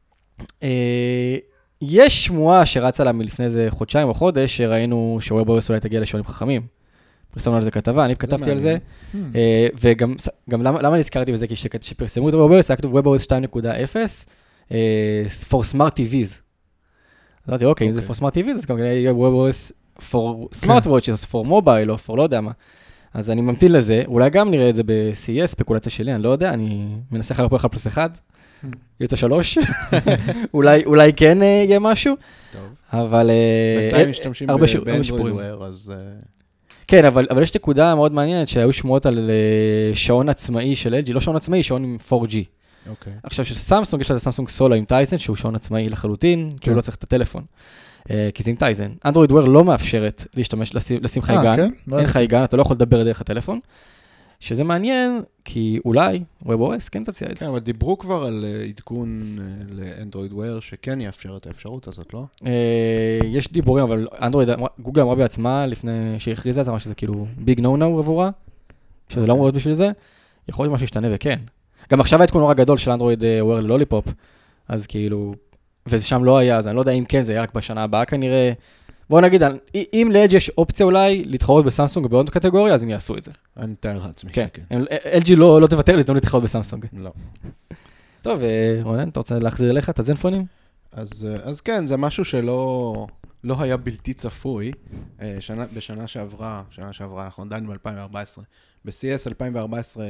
יש שמועה שרצה לה מלפני איזה חודשיים או חודש, שראינו ש-WebOS אולי תגיע לשעונים חכמים. פרסמנו על זה כתבה, אני כתבתי על זה, וגם למה נזכרתי בזה? כי כשפרסמו את WebOS, היה כתוב WebOS שתיים נקודה אפס, for smart טי ויז. אז אמרתי, אוקיי, אם זה for smart טי ויז, אז גם יהיה WebOS for smart watches, for mobile, או for לא יודע מה. אז אני ממתין לזה, אולי גם נראה את זה ב-סי אי אס, ספקולציה שלי, אני לא יודע, אני מנסה חלק פה אחד פלוס אחד, יוצא שלוש, אולי כן יהיה משהו, אבל בינתיים משתמשים באנדרואיד וויר, אז... כן, אבל יש נקודה מאוד מעניינת, שהיו שמועות על שעון עצמאי של אל ג'י, לא שעון עצמאי, שעון עם פור ג'י. עכשיו של סמסונג, יש לה את הסמסונג סולו עם טייזן, שהוא שעון עצמאי לחלוטין, כי הוא לא צריך את הטלפון. כי זה עם טייזן. אנדרואיד וויר לא מאפשרת להשתמש, לשים חייגן, אין חייגן, אתה לא יכול לדבר דרך הטלפון, שזה מעניין, כי אולי WebOS כן תציע את זה. כן, אבל דיברו כבר על עדכון לאנדרואיד וויר, שכן יאפשר את האפשרות הזאת, לא? יש דיבורים, אבל אנדרואיד, גוגל אמרה בעצמה, לפני שהכריזה את זה, שזה כאילו ביג נו נו עבורה, שזה לא אמור להיות בשביל זה, יכול להיות משהו ישתנה וכן. גם עכשיו העדכון נורא גדול של אנדרואיד וויר ללוליפופ, אז כאילו, וזה שם לא היה, אז אני לא יודע אם כן, זה היה רק בשנה הבאה כנראה. בואו נגיד, אם ל-אל ג'י יש אופציה אולי להתחרות בסמסונג בעוד קטגוריה, אז הם יעשו את זה. אני מתאר לעצמי שכן. אל ג'י לא תוותר להזדמנות להתחרות בסמסונג. לא. טוב, רונן, אתה רוצה להחזיר אליך את הזנפונים? אז כן, זה משהו שלא היה בלתי צפוי. בשנה שעברה, שנה שעברה, אנחנו עדיין ב-אלפיים וארבע עשרה, ב-סי אי אס אלפיים וארבע עשרה,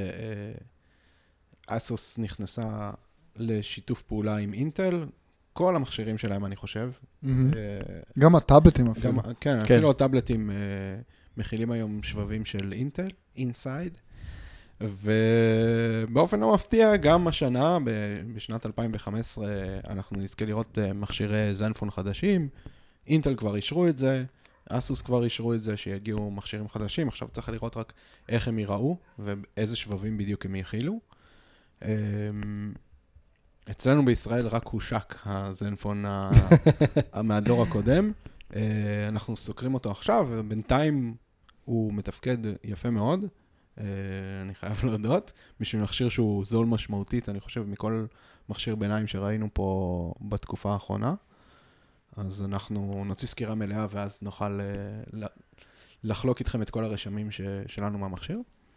אסוס נכנסה לשיתוף פעולה עם אינטל, כל המכשירים שלהם, אני חושב. גם הטאבלטים אפילו. כן, אפילו הטאבלטים מכילים היום שבבים של אינטל, אינסייד, ובאופן לא מפתיע, גם השנה, בשנת אלפיים וחמש עשרה, אנחנו נזכה לראות מכשירי זנפון חדשים, אינטל כבר אישרו את זה, אסוס כבר אישרו את זה, שיגיעו מכשירים חדשים, עכשיו צריך לראות רק איך הם ייראו, ואיזה שבבים בדיוק הם יכילו. אצלנו בישראל רק הושק הזנפון מהדור הקודם. אנחנו סוקרים אותו עכשיו, ובינתיים הוא מתפקד יפה מאוד. אני חייב להודות. בשביל מכשיר שהוא זול משמעותית, אני חושב, מכל מכשיר ביניים שראינו פה בתקופה האחרונה. אז אנחנו נוציא סקירה מלאה, ואז נוכל לחלוק איתכם את כל הרשמים שלנו מהמכשיר.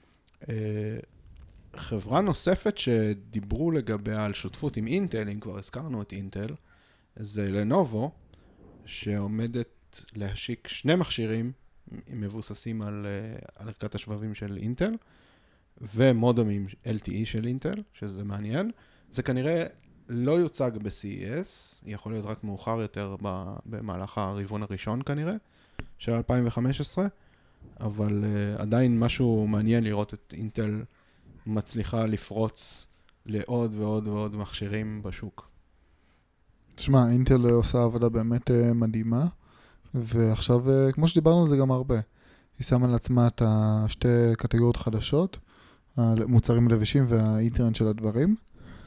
חברה נוספת שדיברו לגביה על שותפות עם אינטל, אם כבר הזכרנו את אינטל, זה לנובו, שעומדת להשיק שני מכשירים מבוססים על, על ערכת השבבים של אינטל, ומודמים אל טי אי של אינטל, שזה מעניין. זה כנראה לא יוצג ב-סי אי אס, יכול להיות רק מאוחר יותר במהלך הרבעון הראשון כנראה, של אלפיים וחמש עשרה, אבל uh, עדיין משהו מעניין לראות את אינטל מצליחה לפרוץ לעוד ועוד ועוד מכשירים בשוק. תשמע, אינטל עושה עבודה באמת מדהימה. ועכשיו, כמו שדיברנו על זה גם הרבה, היא שמה לעצמה את השתי קטגוריות חדשות, המוצרים הלבשים והאינטרנט של הדברים,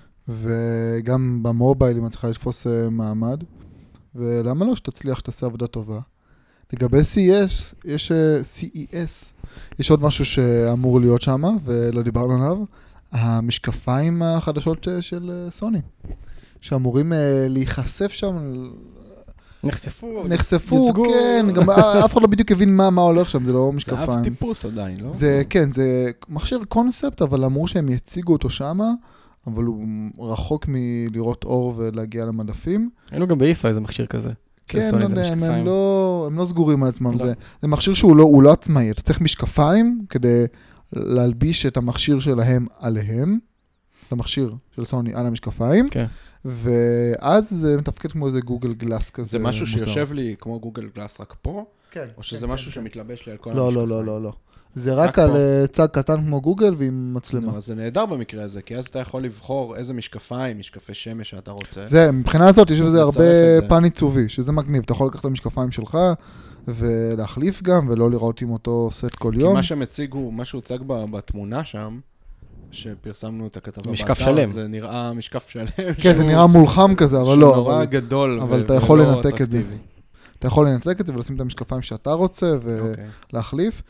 וגם במובייל היא מצליחה לתפוס מעמד, ולמה לא שתצליח שתעשה עבודה טובה? לגבי סי אי אס, יש סי אי אס, יש עוד משהו שאמור להיות שם, ולא דיברנו עליו, המשקפיים החדשות של סוני, שאמורים להיחשף שם. נחשפו, נחשפו, יסגו. כן, גם אף אחד לא בדיוק הבין מה, מה הולך שם, זה לא משקפיים. זה אף טיפוס עדיין, לא? זה, כן, זה מכשיר קונספט, אבל אמרו שהם יציגו אותו שם, אבל הוא רחוק מלראות אור ולהגיע למדפים. היינו גם באיפה איזה מכשיר כזה. כן, לא יודע, הם, הם, לא, הם לא סגורים על עצמם. לא. זה, זה מכשיר שהוא לא, הוא לא עצמאי. אתה צריך משקפיים כדי להלביש את המכשיר שלהם עליהם, את המכשיר של סוני על המשקפיים, כן. ואז זה מתפקד כמו איזה גוגל גלאס כזה. זה משהו מוזר. שיושב לי כמו גוגל גלאס רק פה? כן. או שזה כן, משהו כן, שמתלבש לי על כל לא, המשקפיים? לא, לא, לא, לא. זה רק, רק על פה. צג קטן כמו גוגל ועם מצלמה. לא, זה נהדר במקרה הזה, כי אז אתה יכול לבחור איזה משקפיים, משקפי שמש שאתה רוצה. זה, מבחינה הזאת יש בזה הרבה פן עיצובי, שזה מגניב. אתה יכול לקחת את המשקפיים שלך ולהחליף גם, ולא לראות עם אותו סט כל יום. כי מה שהם הציגו, מה שהוצג בתמונה שם, שפרסמנו את הכתבה משקף שלם. זה נראה משקף שלם. כן, זה נראה מולחם כזה, אבל לא. שהוא נורא גדול אבל אתה יכול לנתק את זה. אתה יכול לנתק את זה ולשים את המשקפיים שאתה רוצה ולהחליף.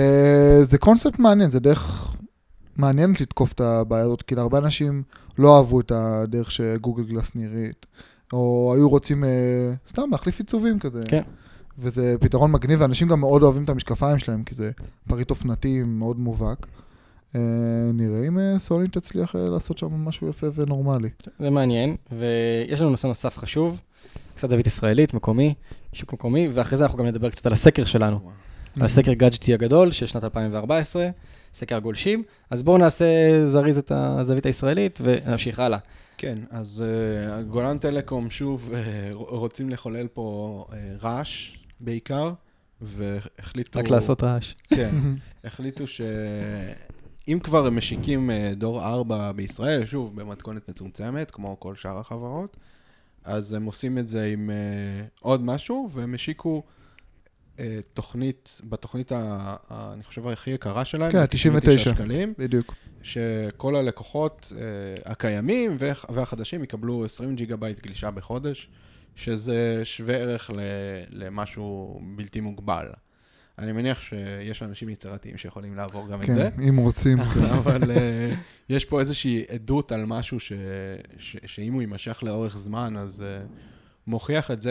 זה קונספט מעניין, זה דרך מעניינת לתקוף את הבעיה הזאת, כי להרבה אנשים לא אהבו את הדרך שגוגל גלאס נראית, או היו רוצים סתם להחליף עיצובים כזה. כן. וזה פתרון מגניב, ואנשים גם מאוד אוהבים את המשקפיים שלהם, כי זה פריט אופנתי מאוד מובהק. נראה אם סוני תצליח לעשות שם משהו יפה ונורמלי. זה מעניין, ויש לנו נושא נוסף חשוב, קצת זווית ישראלית, מקומי, שוק מקומי, ואחרי זה אנחנו גם נדבר קצת על הסקר שלנו, על הסקר גאדג'טי הגדול של שנת אלפיים וארבע עשרה, סקר הגולשים, אז בואו נעשה זריז את הזווית הישראלית ונמשיך הלאה. כן, אז uh, גולן טלקום שוב uh, רוצים לחולל פה uh, רעש בעיקר, והחליטו... רק לעשות רעש. כן, החליטו שאם כבר הם משיקים uh, דור ארבע בישראל, שוב במתכונת מצומצמת, כמו כל שאר החברות, אז הם עושים את זה עם uh, עוד משהו, והם השיקו uh, תוכנית, בתוכנית, ה, ה, אני חושב, הכי יקרה שלהם, כן, תשעים ותשע שקלים, בדיוק. שכל הלקוחות uh, הקיימים והחדשים יקבלו עשרים ג'יגה בייט גלישה בחודש, שזה שווה ערך למשהו בלתי מוגבל. אני מניח שיש אנשים יצירתיים שיכולים לעבור גם כן, את זה. כן, אם רוצים. אבל uh, יש פה איזושהי עדות על משהו ש, ש, שאם הוא יימשך לאורך זמן, אז uh, מוכיח את זה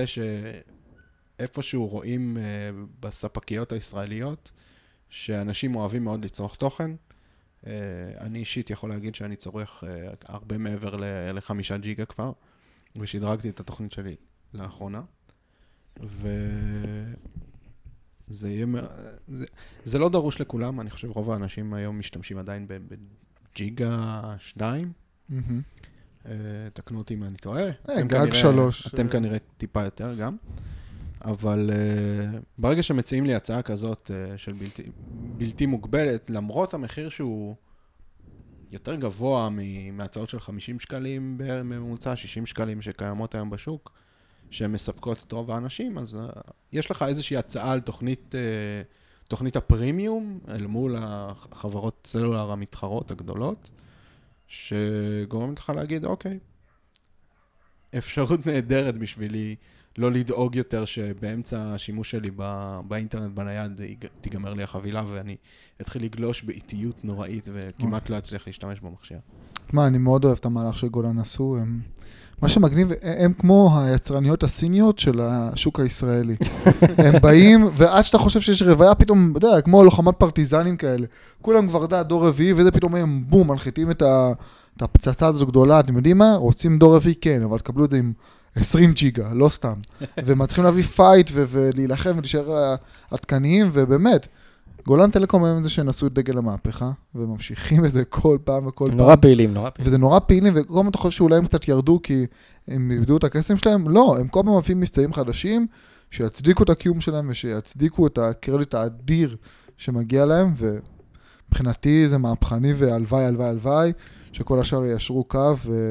שאיפשהו רואים uh, בספקיות הישראליות, שאנשים אוהבים מאוד לצרוך תוכן. Uh, אני אישית יכול להגיד שאני צורך uh, הרבה מעבר ל- לחמישה ג'יגה כבר, ושדרגתי את התוכנית שלי לאחרונה. ו... זה יהיה, זה, זה לא דרוש לכולם, אני חושב רוב האנשים היום משתמשים עדיין בג'יגה שתיים. תקנו אותי אם אני טועה. גג שלוש. אתם כנראה טיפה יותר גם. אבל ברגע שמציעים לי הצעה כזאת של בלתי, בלתי מוגבלת, למרות המחיר שהוא יותר גבוה מהצעות של חמישים שקלים בממוצע, שישים שקלים שקיימות היום בשוק, שהן מספקות את רוב האנשים, אז uh, יש לך איזושהי הצעה על תוכנית, uh, תוכנית הפרימיום, אל מול החברות סלולר המתחרות הגדולות, שגורמת לך להגיד, אוקיי, אפשרות נהדרת בשבילי לא לדאוג יותר שבאמצע השימוש שלי בא, באינטרנט בנייד תיגמר לי החבילה, ואני אתחיל לגלוש באיטיות נוראית, וכמעט לא אצליח להשתמש במכשיר. מה, אני מאוד אוהב את המהלך שגולן עשו, הם... מה שמגניב, הם כמו היצרניות הסיניות של השוק הישראלי. הם באים, ועד שאתה חושב שיש רוויה, פתאום, אתה יודע, כמו לוחמת פרטיזנים כאלה. כולם כבר דעת דור רביעי, וזה פתאום הם בום, מנחיתים את, ה, את הפצצה הזו גדולה. אתם יודעים מה? רוצים דור רביעי, כן, אבל תקבלו את זה עם עשרים ג'יגה, לא סתם. ומצליחים להביא פייט ו- ולהילחם ולהישאר עדכניים, ובאמת, גולן טלקום הם זה שנסו את דגל המהפכה, וממשיכים את זה כל פעם וכל פעם. נורא פעילים, נורא פעילים. וזה נורא פעילים, וכל פעם אתה חושב שאולי הם קצת ירדו כי הם איבדו את הקסם שלהם. לא, הם כל פעם מביאים מבצעים חדשים, שיצדיקו את הקיום שלהם, ושיצדיקו את הקרדיט האדיר שמגיע להם, ומבחינתי זה מהפכני והלוואי, הלוואי, הלוואי, שכל השאר יישרו קו,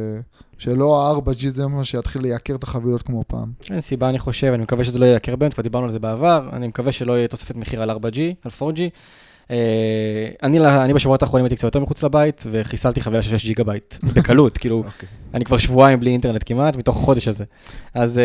ושלא ה-ארבע ג'י זה מה שיתחיל לייקר את החבילות כמו פעם. אין סיבה, אני חושב, אני מקווה שזה לא ייקר באמת, כבר דיברנו על זה בעבר, אני מקווה שלא יהיה תוספת מחיר על ארבע ג'י, על פור ג'י. אני, אני בשבועות האחרונים הייתי קצת יותר מחוץ לבית, וחיסלתי חבילה של שש ג'יגה בייט, בקלות, כאילו, אני כבר שבועיים בלי אינטרנט כמעט, מתוך החודש הזה. אז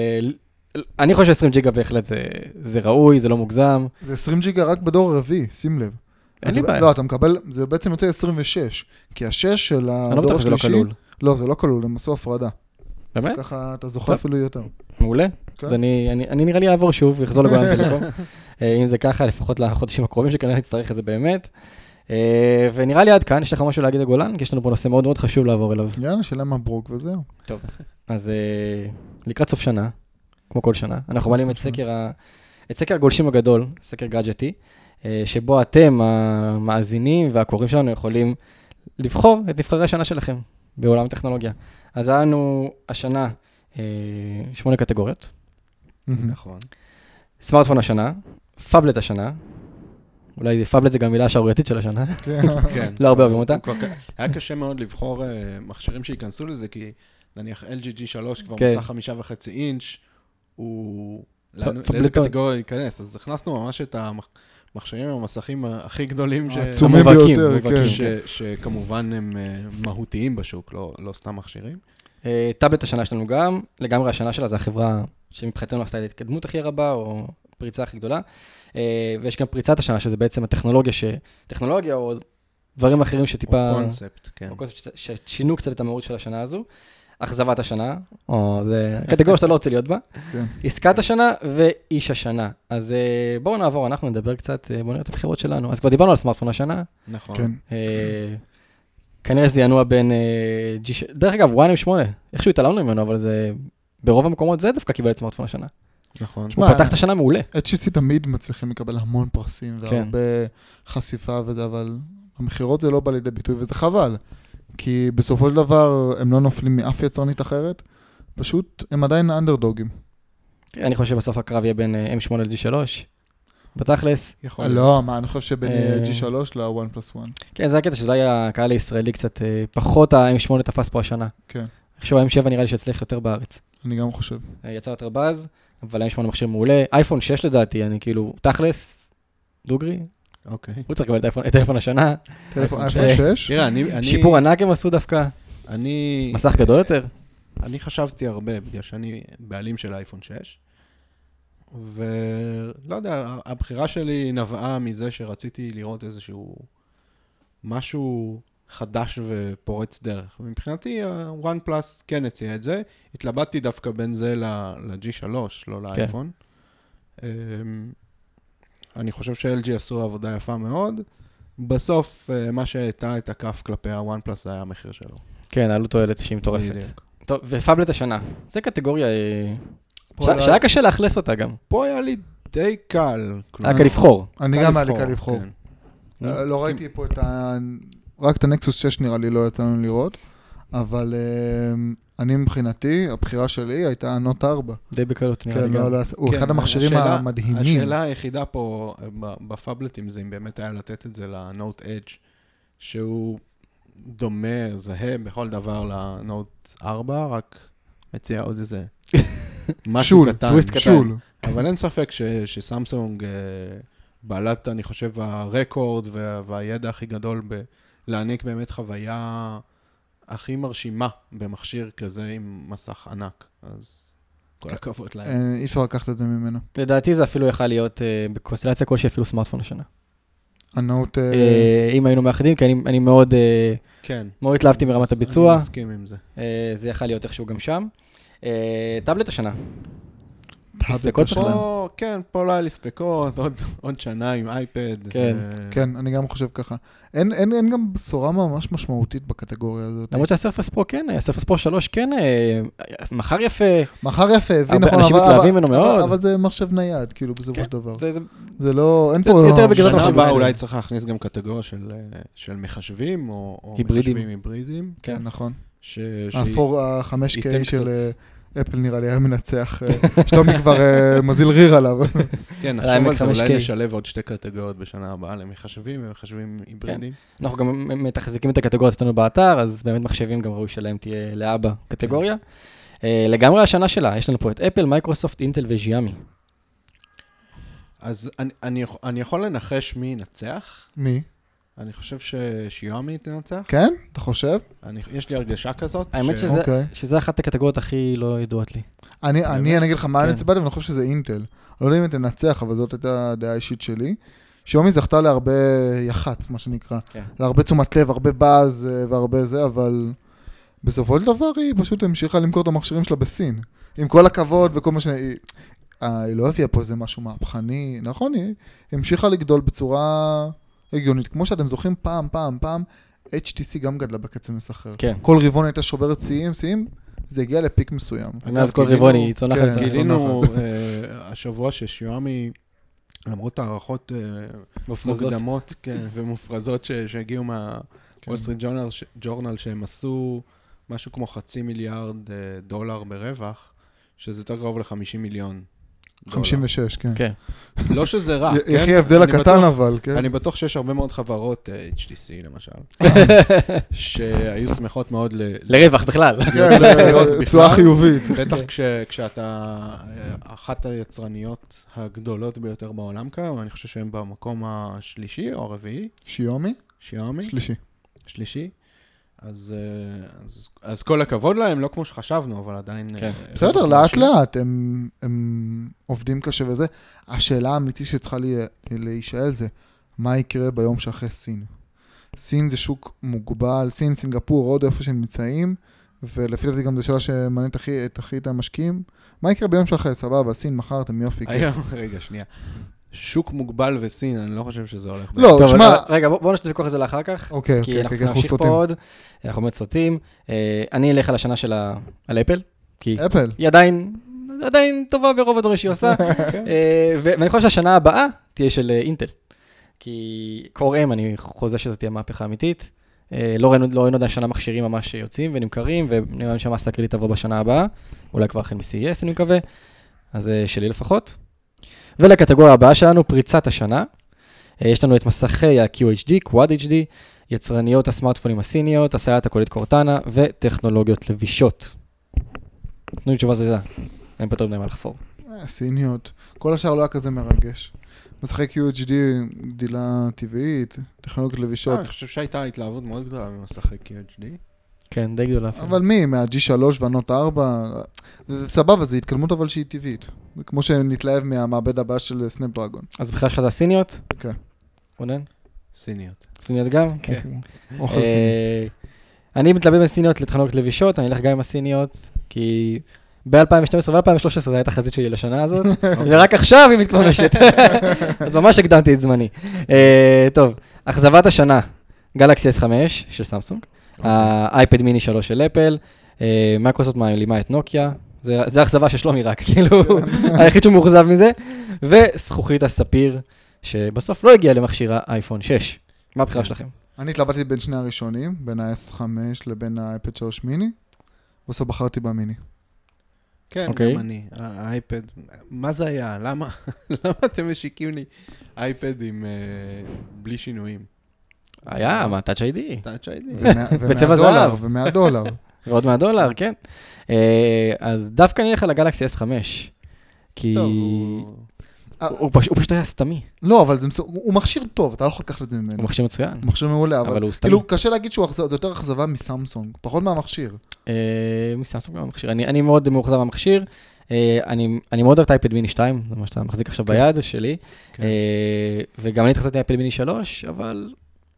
אני חושב ש-עשרים ג'יגה בהחלט זה, זה ראוי, זה לא מוגזם. זה עשרים ג'יגה רק בדור הרביעי, שים לב. אין לי בעיה. לא, אתה מקבל, זה בעצם יוצא עשרים ושש, כי השש של הדור השלישי... לא כלול. לא, זה לא כלול, הם עשו הפרדה. באמת? אז ככה אתה זוכר אפילו יותר. מעולה. אז אני, אני, אני נראה לי אעבור שוב, ויחזור לגולן טלקום. אם זה ככה, לפחות לחודשים הקרובים שכנראה נצטרך את זה באמת. ונראה לי עד כאן, יש לך משהו להגיד לגולן? כי יש לנו פה נושא מאוד מאוד חשוב לעבור אליו. יאללה, שאלה מברוק וזהו. טוב. אז לקראת סוף שנה, כמו כל שנה, אנחנו מעלים את סקר, את סקר הגולשים הגדול, סקר גאדג'טי, שבו אתם, המאזינים והקוראים שלנו, יכולים לבחור את נבחרי השנה שלכם בעולם הטכנולוגיה. אז היה לנו השנה שמונה קטגוריות. נכון. סמארטפון השנה, פאבלט השנה, אולי פאבלט זה גם מילה השערורייתית של השנה. כן. לא הרבה אוהבים אותה. היה קשה מאוד לבחור מכשירים שייכנסו לזה, כי נניח אל ג'י ג'י שלוש כבר מסך חמישה וחצי אינץ', הוא... לאיזה קטגוריה ייכנס? אז הכנסנו ממש את המכשירים המסכים הכי גדולים, העצומים ביותר, שכמובן הם מהותיים בשוק, לא סתם מכשירים. טאבלט השנה שלנו גם, לגמרי השנה שלה, זו החברה שמבחינתנו עשתה את ההתקדמות הכי רבה, או פריצה הכי גדולה, ויש גם פריצת השנה, שזה בעצם הטכנולוגיה, טכנולוגיה או דברים אחרים שטיפה... או קונספט, כן. או קונספט ששינו קצת את המהות של השנה הזו. אכזבת השנה, או זה קטגוריה שאתה לא רוצה להיות בה. עסקת השנה ואיש השנה. אז בואו נעבור, אנחנו נדבר קצת, בואו נראה את הבחירות שלנו. אז כבר דיברנו על סמארטפון השנה. נכון. כנראה שזה ינוע בין... דרך אגב, וואן אם שמונה, איכשהו התעלמנו ממנו, אבל זה... ברוב המקומות זה דווקא קיבל את סמארטפון השנה. נכון. הוא פתח את השנה מעולה. את שיסי תמיד מצליחים לקבל המון פרסים, והרבה חשיפה וזה, אבל המחירות זה לא בא לידי ביטוי, וזה חבל. כי בסופו של דבר הם לא נופלים מאף יצרנית אחרת, פשוט הם עדיין אנדרדוגים. אני חושב שבסוף הקרב יהיה בין אם שמונה ל-ג'י שלוש. בתכלס. לא, מה, אני חושב שבין ג'י שלוש ל-וואן פלוס וואן. כן, זה הקטע שאולי הקהל הישראלי קצת פחות ה-אם שמונה תפס פה השנה. כן. עכשיו ה-אם שבע נראה לי שיצליח יותר בארץ. אני גם חושב. יצא יותר באז, אבל ה-אם שמונה מכשיר מעולה. אייפון שש לדעתי, אני כאילו, תכלס, דוגרי. אוקיי. הוא צריך לקבל את האייפון השנה. אייפון שש? תראה, אני... שיפור ענק הם עשו דווקא. אני... מסך גדול יותר. אני חשבתי הרבה, בגלל שאני בעלים של אייפון שש, ולא יודע, הבחירה שלי נבעה מזה שרציתי לראות איזשהו משהו חדש ופורץ דרך. מבחינתי, ה-וואן פלאס כן הציע את זה. התלבטתי דווקא בין זה ל-ג'י שלוש, לא לאייפון. אני חושב ש-אל ג'י עשו עבודה יפה מאוד. בסוף, מה שהייתה את הכף כלפי ה-וואן פלאס זה היה המחיר שלו. כן, העלות תועלת שהיא מטורפת. טוב, ופאבלט השנה. זה קטגוריה שהיה קשה לאכלס אותה גם. פה היה לי די קל. היה קל לבחור. אני גם היה לי קל לבחור. לא ראיתי פה את ה... רק את הנקסוס שש נראה לי לא יצא לנו לראות, אבל אני מבחינתי, הבחירה שלי הייתה הנוט ארבע. די בקלות נראה לי גם. הוא אחד המכשירים המדהימים. השאלה היחידה פה בפאבלטים זה אם באמת היה לתת את זה לנוט אדג' שהוא דומה, זהה בכל דבר לנוט ארבע, רק מציע עוד איזה משהו קטן. טוויסט קטן. אבל אין ספק שסמסונג בעלת, אני חושב, הרקורד והידע הכי גדול להעניק באמת חוויה הכי מרשימה במכשיר כזה עם מסך ענק. אז כל הכבוד להם. אי אפשר לקחת את זה ממנו. לדעתי זה אפילו יכל להיות בקונסטלציה כלשהי אפילו סמארטפון השנה. הנוט... אם היינו מאחדים, כי אני מאוד מאוד התלהבתי מרמת הביצוע. אני מסכים עם זה. זה יכל להיות איכשהו גם שם. טאבלט השנה. ספקות בכלל? כן, פה לא היה לי ספקות, עוד שנה עם אייפד. כן, אני גם חושב ככה. אין גם בשורה ממש משמעותית בקטגוריה הזאת. למרות שהסרפס פרו כן, הסרפס פרו שלוש כן, מחר יפה. מחר יפה, הביא נכון, אנשים מתלהבים ממנו מאוד. אבל זה מחשב נייד, כאילו, בסופו של דבר. זה זה לא, אין פה... שנה הבאה אולי צריך להכניס גם קטגוריה של מחשבים, או מחשבים היברידיים. כן, נכון. ש... ה-חמש קיי של אפל נראה לי היה מנצח, שלומי כבר מזיל ריר עליו. כן, נחשוב על זה, אולי נשלב עוד שתי קטגוריות בשנה הבאה, למחשבים ומחשבים היברידים. אנחנו גם מתחזקים את הקטגוריות אצלנו באתר, אז באמת מחשבים גם ראוי שלהם תהיה לאבא קטגוריה. לגמרי השנה שלה, יש לנו פה את אפל, מייקרוסופט, אינטל וז'יאמי. אז אני, אני, אני יכול לנחש מי ינצח. מי? אני חושב ששיואמי תנצח. כן? אתה חושב? אני, יש לי הרגשה כזאת. האמת ש... שזה, אוקיי. שזה אחת הקטגוריות הכי לא ידועות לי. אני, אני, אני אגיד לך מה כן. אני ציפיתי, ואני חושב שזה אינטל. אני לא יודע אם היא תנצח, אבל זאת הייתה הדעה האישית שלי. שיומי זכתה להרבה יח"צ, מה שנקרא. כן. להרבה תשומת לב, הרבה באז והרבה זה, אבל בסופו של דבר היא פשוט המשיכה למכור את המכשירים שלה בסין. עם כל הכבוד וכל מה ש... היא לא הביאה פה איזה משהו מהפכני, נכון? היא המשיכה לגדול בצורה הגיונית. כמו שאתם זוכרים פעם, פעם, פעם, אייץ' טי סי גם גדלה בקצב מסחרר. כן. כל רבעון הייתה שוברת שיאים, שיאים, זה הגיע לפיק מסוים. מאז כל רבעון היא צונחת. כן. גילינו השבוע ששיואמי, למרות הערכות מוקדמות ומופרזות שהגיעו מהוול סטריט ג'ורנל, שהם עשו משהו כמו חצי מיליארד דולר ברווח, שזה יותר קרוב ל-חמישים מיליון. חמישים ושש, כן. כן. לא שזה רע. יחי ההבדל הקטן אבל, כן. אני בטוח שיש הרבה מאוד חברות, אייץ' טי סי למשל, שהיו שמחות מאוד ל... לרווח בכלל. כן, לצועה חיובית. בטח כשאתה אחת היצרניות הגדולות ביותר בעולם כיום, אני חושב שהם במקום השלישי או הרביעי. שיומי? שיומי? שלישי. שלישי. אז, אז, אז כל הכבוד להם, לא כמו שחשבנו, אבל עדיין... כן. בסדר, לאט לאט, הם, הם עובדים קשה וזה. השאלה האמיתית שצריכה לי, להישאל זה, מה יקרה ביום שאחרי סין? סין זה שוק מוגבל, סין, סינגפור, עוד איפה שהם נמצאים, ולפי דעתי גם זו שאלה שמעניינת את הכי את המשקיעים. מה יקרה ביום שאחרי? סבבה, סין מחר, אתם יופי. היום, רגע, שנייה. שוק מוגבל וסין, אני לא חושב שזה הולך... לא, תשמע... רגע, בואו נשתתף את זה לאחר כך. אוקיי, כי אנחנו אוקיי, צריכים להמשיך פה עוד. אנחנו באמת סוטים. אני אלך על השנה של על אפל. כי אפל. היא עדיין, עדיין טובה ברוב הדברים שהיא עושה. ואני חושב שהשנה הבאה תהיה של אינטל. כי קור-אם, אני חוזה שזאת תהיה מהפכה אמיתית. לא ראינו עדיין שנה מכשירים ממש יוצאים ונמכרים, ונראה שהמסה הכללית תבוא בשנה הבאה. אולי כבר החל מ-סי אי אס, אני מקווה. אז שלי לפחות. ולקטגוריה הבאה שלנו, פריצת השנה. יש לנו את מסכי ה-קיו אייץ' די, Quad אייץ' די, יצרניות הסמארטפונים הסיניות, הסייעת הקולית קורטנה, וטכנולוגיות לבישות. תנו לי תשובה זריזה. אין פתאום נעים על לחפור. סיניות. כל השאר לא היה כזה מרגש. מסכי קיו אייץ' די, גדילה טבעית, טכנולוגיות לבישות. אני חושב שהייתה התלהבות מאוד גדולה ממסכי קיו אייץ' די. כן, די גדולה. אבל מי? מה-ג'י שלוש והנוט ארבע? זה סבבה, זה התקדמות אבל שהיא טבעית. זה כמו שנתלהב מהמעבד הבא של סנאפדרגון. אז בכלל שלך זה הסיניות? כן. רונן? סיניות. סיניות גם? כן. אוכל סיני. אני מתלבט בין סיניות לטכנולוגיות לבישות, אני אלך גם עם הסיניות, כי ב-אלפיים ושתים עשרה ו-אלפיים ושלוש עשרה זה הייתה חזית שלי לשנה הזאת, ורק עכשיו היא מתממשת. אז ממש הקדמתי את זמני. טוב, אכזבת השנה, גלקסי אס חמש של סמסונג, האייפד מיני שלוש של אפל, מייקרוסופט מעלימה את נוקיה, זה אכזבה של שלומי רק, כאילו, היחיד שהוא מאוכזב מזה, וזכוכית הספיר, שבסוף לא הגיע למכשיר האייפון שש. מה הבחירה שלכם? אני התלבטתי בין שני הראשונים, בין ה-אס חמש לבין האייפד שלוש מיני, בסוף בחרתי במיני. כן, גם אני. האייפד, מה זה היה? למה אתם משיקים לי אייפד עם בלי שינויים? היה, מה, טאץ' איי די. טאץ' איי די. בצבע זהב. ו-מאה דולר. ועוד מאה דולר, כן. אז דווקא אני אלך על הגלקסי אס חמש, כי הוא פשוט היה סתמי. לא, אבל הוא מכשיר טוב, אתה לא יכול לקחת את זה ממנו. הוא מכשיר מצוין. הוא מכשיר מעולה, אבל הוא סתמי. כאילו קשה להגיד שזה יותר אכזבה מסמסונג, פחות מהמכשיר. מסמסונג מהמכשיר. אני מאוד מאוכזב מהמכשיר. אני מאוד אוהב את האייפד מיני שתיים, זה מה שאתה מחזיק עכשיו ביד שלי. וגם אני התחזקתי האייפד מיני שלוש, אבל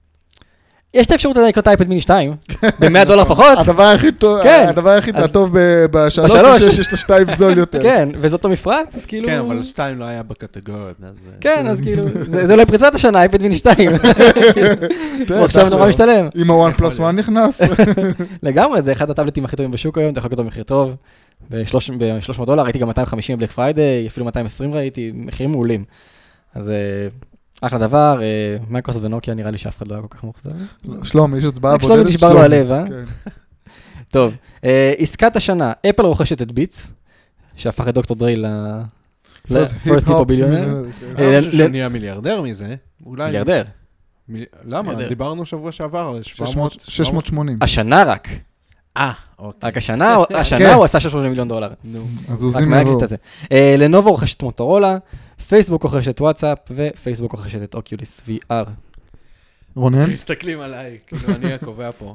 יש את האפשרות לקנות את האייפד מיני שתיים, ב-מאה דולר פחות. הדבר היחיד הטוב בשלוש, שיש את השתיים זול יותר. כן, וזאת המפרט, אז כאילו... כן, אבל שתיים לא היה בקטגוריות, אז... כן, אז כאילו, זה אולי פריצת השנה, אייפד מיני שתיים. הוא עכשיו נורא משתלם. אם ה-וואן פלוס וואן נכנס. לגמרי, זה אחד הטאבלטים הכי טובים בשוק היום, אתה יכול לקנות במחיר טוב. ב-שלוש מאות דולר, ראיתי גם מאתיים וחמישים בלק פריידיי, אפילו מאתיים ועשרים ראיתי, מחירים מעולים. אז... אחלה דבר, מייקרוסופט ונוקיה נראה לי שאף אחד לא היה כל כך מוחזר. שלומי, יש הצבעה בודדת. שלומי נשבר לו הלב, אה? טוב, אה, עסקת השנה, אפל רוכשת את ביטס, שהפך את דוקטור דרי ל... פרסט היפו ביליונר. אני חושב שנהיה מיליארדר מזה. מיליארדר. למה? דיברנו שבוע שעבר על שש מאות ושמונים. השנה רק. אה, אוקיי. רק השנה, השנה הוא עשה שש מאות מיליון דולר. נו. אז עוזים לבוא. לנובו רוכשת מוטורולה, פייסבוק רוכשת וואטסאפ, ופייסבוק רוכשת את אוקיוליס וי אר. רונן? מסתכלים עליי, כאילו אני הקובע פה.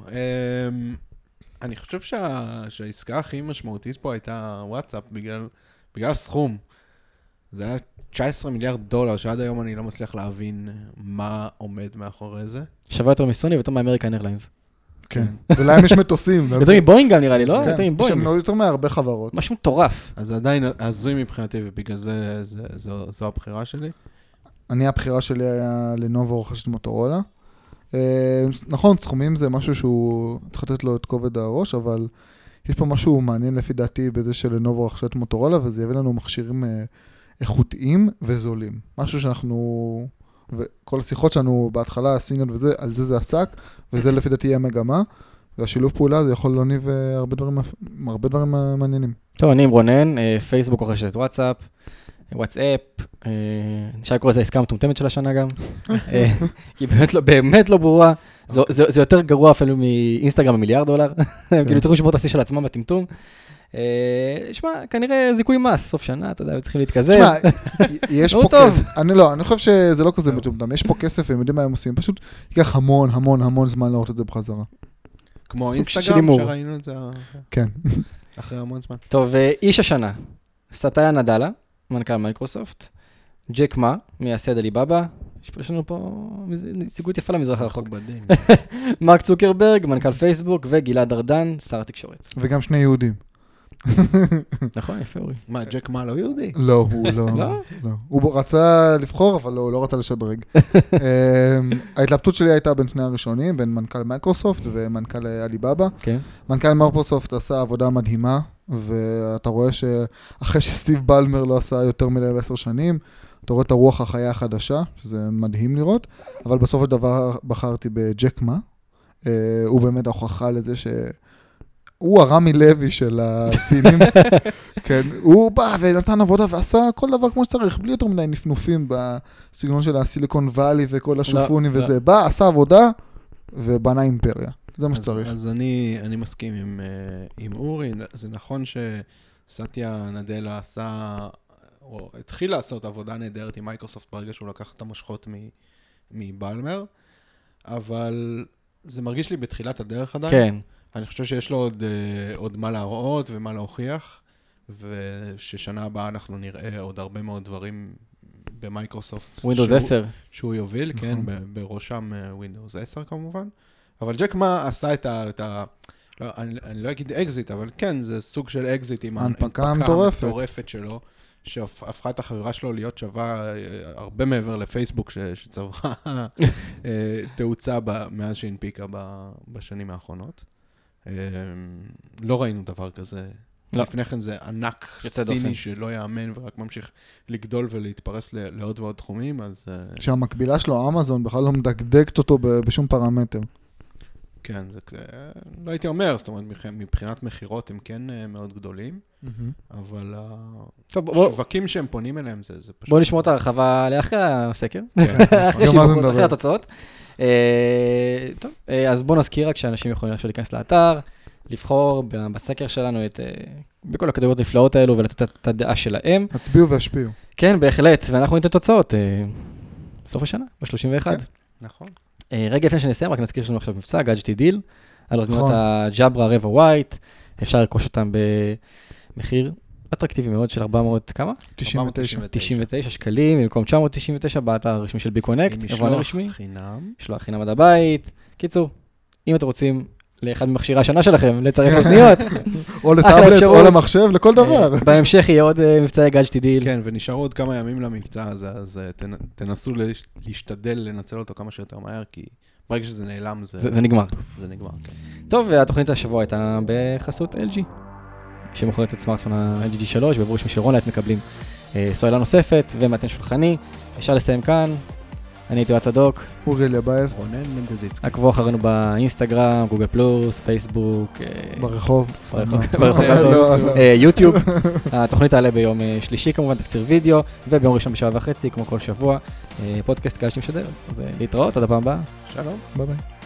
אני חושב שהעסקה הכי משמעותית פה הייתה וואטסאפ, בגלל הסכום. זה היה תשע עשרה מיליארד דולר, שעד היום אני לא מצליח להבין מה עומד מאחורי זה. שווה יותר מסוני ויותר מאמריקן איירליינס. כן. ולהם יש מטוסים. יותר מבואינג גם נראה לי, לא? יותר מבואינג. יותר מהרבה חברות. משהו מטורף. אז עדיין הזוי מבחינתי, ובגלל זה זו הבחירה שלי. אני, הבחירה שלי היה לנובו רוכשת מוטורולה. נכון, סכומים זה משהו שהוא צריך לתת לו את כובד הראש, אבל יש פה משהו מעניין לפי דעתי בזה שלנובו רוכשת מוטורולה, וזה יביא לנו מכשירים איכותיים וזולים. משהו שאנחנו, וכל השיחות שלנו בהתחלה, הסיניות וזה, על זה זה עסק, וזה לפי דעתי יהיה מגמה, והשילוב פעולה זה יכול להניב הרבה דברים, הרבה דברים מעניינים. טוב, אני עם רונן, פייסבוק רוכשת את וואטסאפ, וואטסאפ, נשאר לקרוא לזה העסקה המטומטמת של השנה גם, היא באמת לא ברורה, זה יותר גרוע אפילו מאינסטגרם במיליארד דולר, הם כאילו צריכים לשבור את השיא של עצמם בטמטום. שמע, כנראה זיכוי מס, סוף שנה, אתה יודע, צריכים להתכזב. שמע, יש פה כסף, אני לא, אני חושב שזה לא כזה מטומטם, יש פה כסף והם יודעים מה הם עושים, פשוט ייקח המון, המון, המון זמן לראות את זה בחזרה. כמו אינסטגרם שראינו את זה כן. אחרי המון זמן. טוב, איש השנה, סטיה נדלה, מנכ"ל מייקרוסופט, ג'ק מה, מייסד אליבאבא, יש לנו פה נציגות יפה למזרח הרחוק. מרק צוקרברג, מנכ"ל פייסבוק, וגלעד ארדן, שר התקשורת. וגם שני יהודים. נכון, יפה אורי. מה, ג'ק מה לא יהודי? לא, הוא לא. הוא רצה לבחור, אבל הוא לא רצה לשדרג. ההתלבטות שלי הייתה בין שני הראשונים, בין מנכ"ל מייקרוסופט ומנכ"ל אליבאבא. מנכ"ל מייקרוסופט עשה עבודה מדהימה, ואתה רואה שאחרי שסטיב בלמר לא עשה יותר מדי בעשר שנים, אתה רואה את הרוח החיה החדשה, שזה מדהים לראות, אבל בסוף הדבר בחרתי בג'ק מה. הוא באמת ההוכחה לזה ש... הוא הרמי לוי של הסינים, כן, הוא בא ונתן עבודה ועשה כל דבר כמו שצריך, בלי יותר מדי נפנופים בסגנון של הסיליקון ואלי וכל השופונים וזה, בא, עשה עבודה ובנה אימפריה, זה מה שצריך. אז אני מסכים עם אורי, זה נכון שסטיה נדלה עשה, או התחיל לעשות עבודה נהדרת עם מייקרוסופט ברגע שהוא לקח את המושכות מבלמר, אבל זה מרגיש לי בתחילת הדרך עדיין. כן. אני חושב שיש לו עוד, עוד מה להראות ומה להוכיח, וששנה הבאה אנחנו נראה עוד הרבה מאוד דברים במייקרוסופט. ווינדוס עשר. שהוא יוביל, כן, בראשם ווינדוס עשר כמובן. אבל ג'ק מה עשה את ה... את ה לא, אני, אני לא אגיד אקזיט, אבל כן, זה סוג של אקזיט עם ההנפקה המטורפת שלו, שהפכה את החברה שלו להיות שווה הרבה מעבר לפייסבוק, שצברה תאוצה מאז שהנפיקה בשנים האחרונות. לא ראינו דבר כזה. לפני כן זה ענק סיני שלא יאמן ורק ממשיך לגדול ולהתפרס לעוד ועוד תחומים, אז... שהמקבילה שלו, אמזון, בכלל לא מדקדקת אותו בשום פרמטר. כן, זה כזה... לא הייתי אומר, זאת אומרת, מבחינת מחירות הם כן מאוד גדולים, אבל השווקים שהם פונים אליהם זה פשוט... בואו נשמור את הרחבה לאחרי הסקר, אחרי התוצאות. טוב, אז בואו נזכיר רק שאנשים יכולים עכשיו להיכנס לאתר, לבחור בסקר שלנו את, בכל הקטגוריות הנפלאות האלו ולתת את הדעה שלהם. הצביעו והשפיעו. כן, בהחלט, ואנחנו ניתן תוצאות בסוף השנה, ב-שלושים ואחד. נכון. רגע לפני שנסיים, רק נזכיר שלנו עכשיו מבצע, גאדג'טי דיל, על אוזניות הג'אברה רבע ווייט, אפשר לרכוש אותם במחיר אטרקטיבי מאוד של ארבע מאות, כמה? תשעים ותשע. תשעים ותשע שקלים, במקום תשע מאות תשעים ותשע, באתר הרשמי של בי-קונקט, משלוח חינם. משלוח חינם עד הבית. קיצור, אם אתם רוצים לאחד ממכשירי השנה שלכם, לצרף אוזניות. או לטאבלט, או למחשב, לכל דבר. בהמשך יהיה עוד מבצע גאדג'טי דיל. כן, ונשארו עוד כמה ימים למבצע הזה, אז תנסו להשתדל לנצל אותו כמה שיותר מהר, כי ברגע שזה נעלם, זה נגמר. זה נגמר, כן. טוב, והתוכנית השבוע הייתה בחסות אל ג'י. כשמוכרת את סמארטפון ה-אל ג'י די שלוש, בברוש משל רונלייט מקבלים סוללה נוספת ומתן שולחני. אפשר לסיים כאן. אני הייתי יועץ צדוק. אורי אליבייב. רונן מנדזיצקי. עקבו אחרינו באינסטגרם, גוגל פלוס, פייסבוק. ברחוב. ברחוב גדול. יוטיוב. התוכנית תעלה ביום שלישי כמובן, תקציר וידאו, וביום ראשון בשעה וחצי, כמו כל שבוע, פודקאסט קהל שמשדר. אז להתראות, עד הפעם הבאה. שלום. ביי ביי.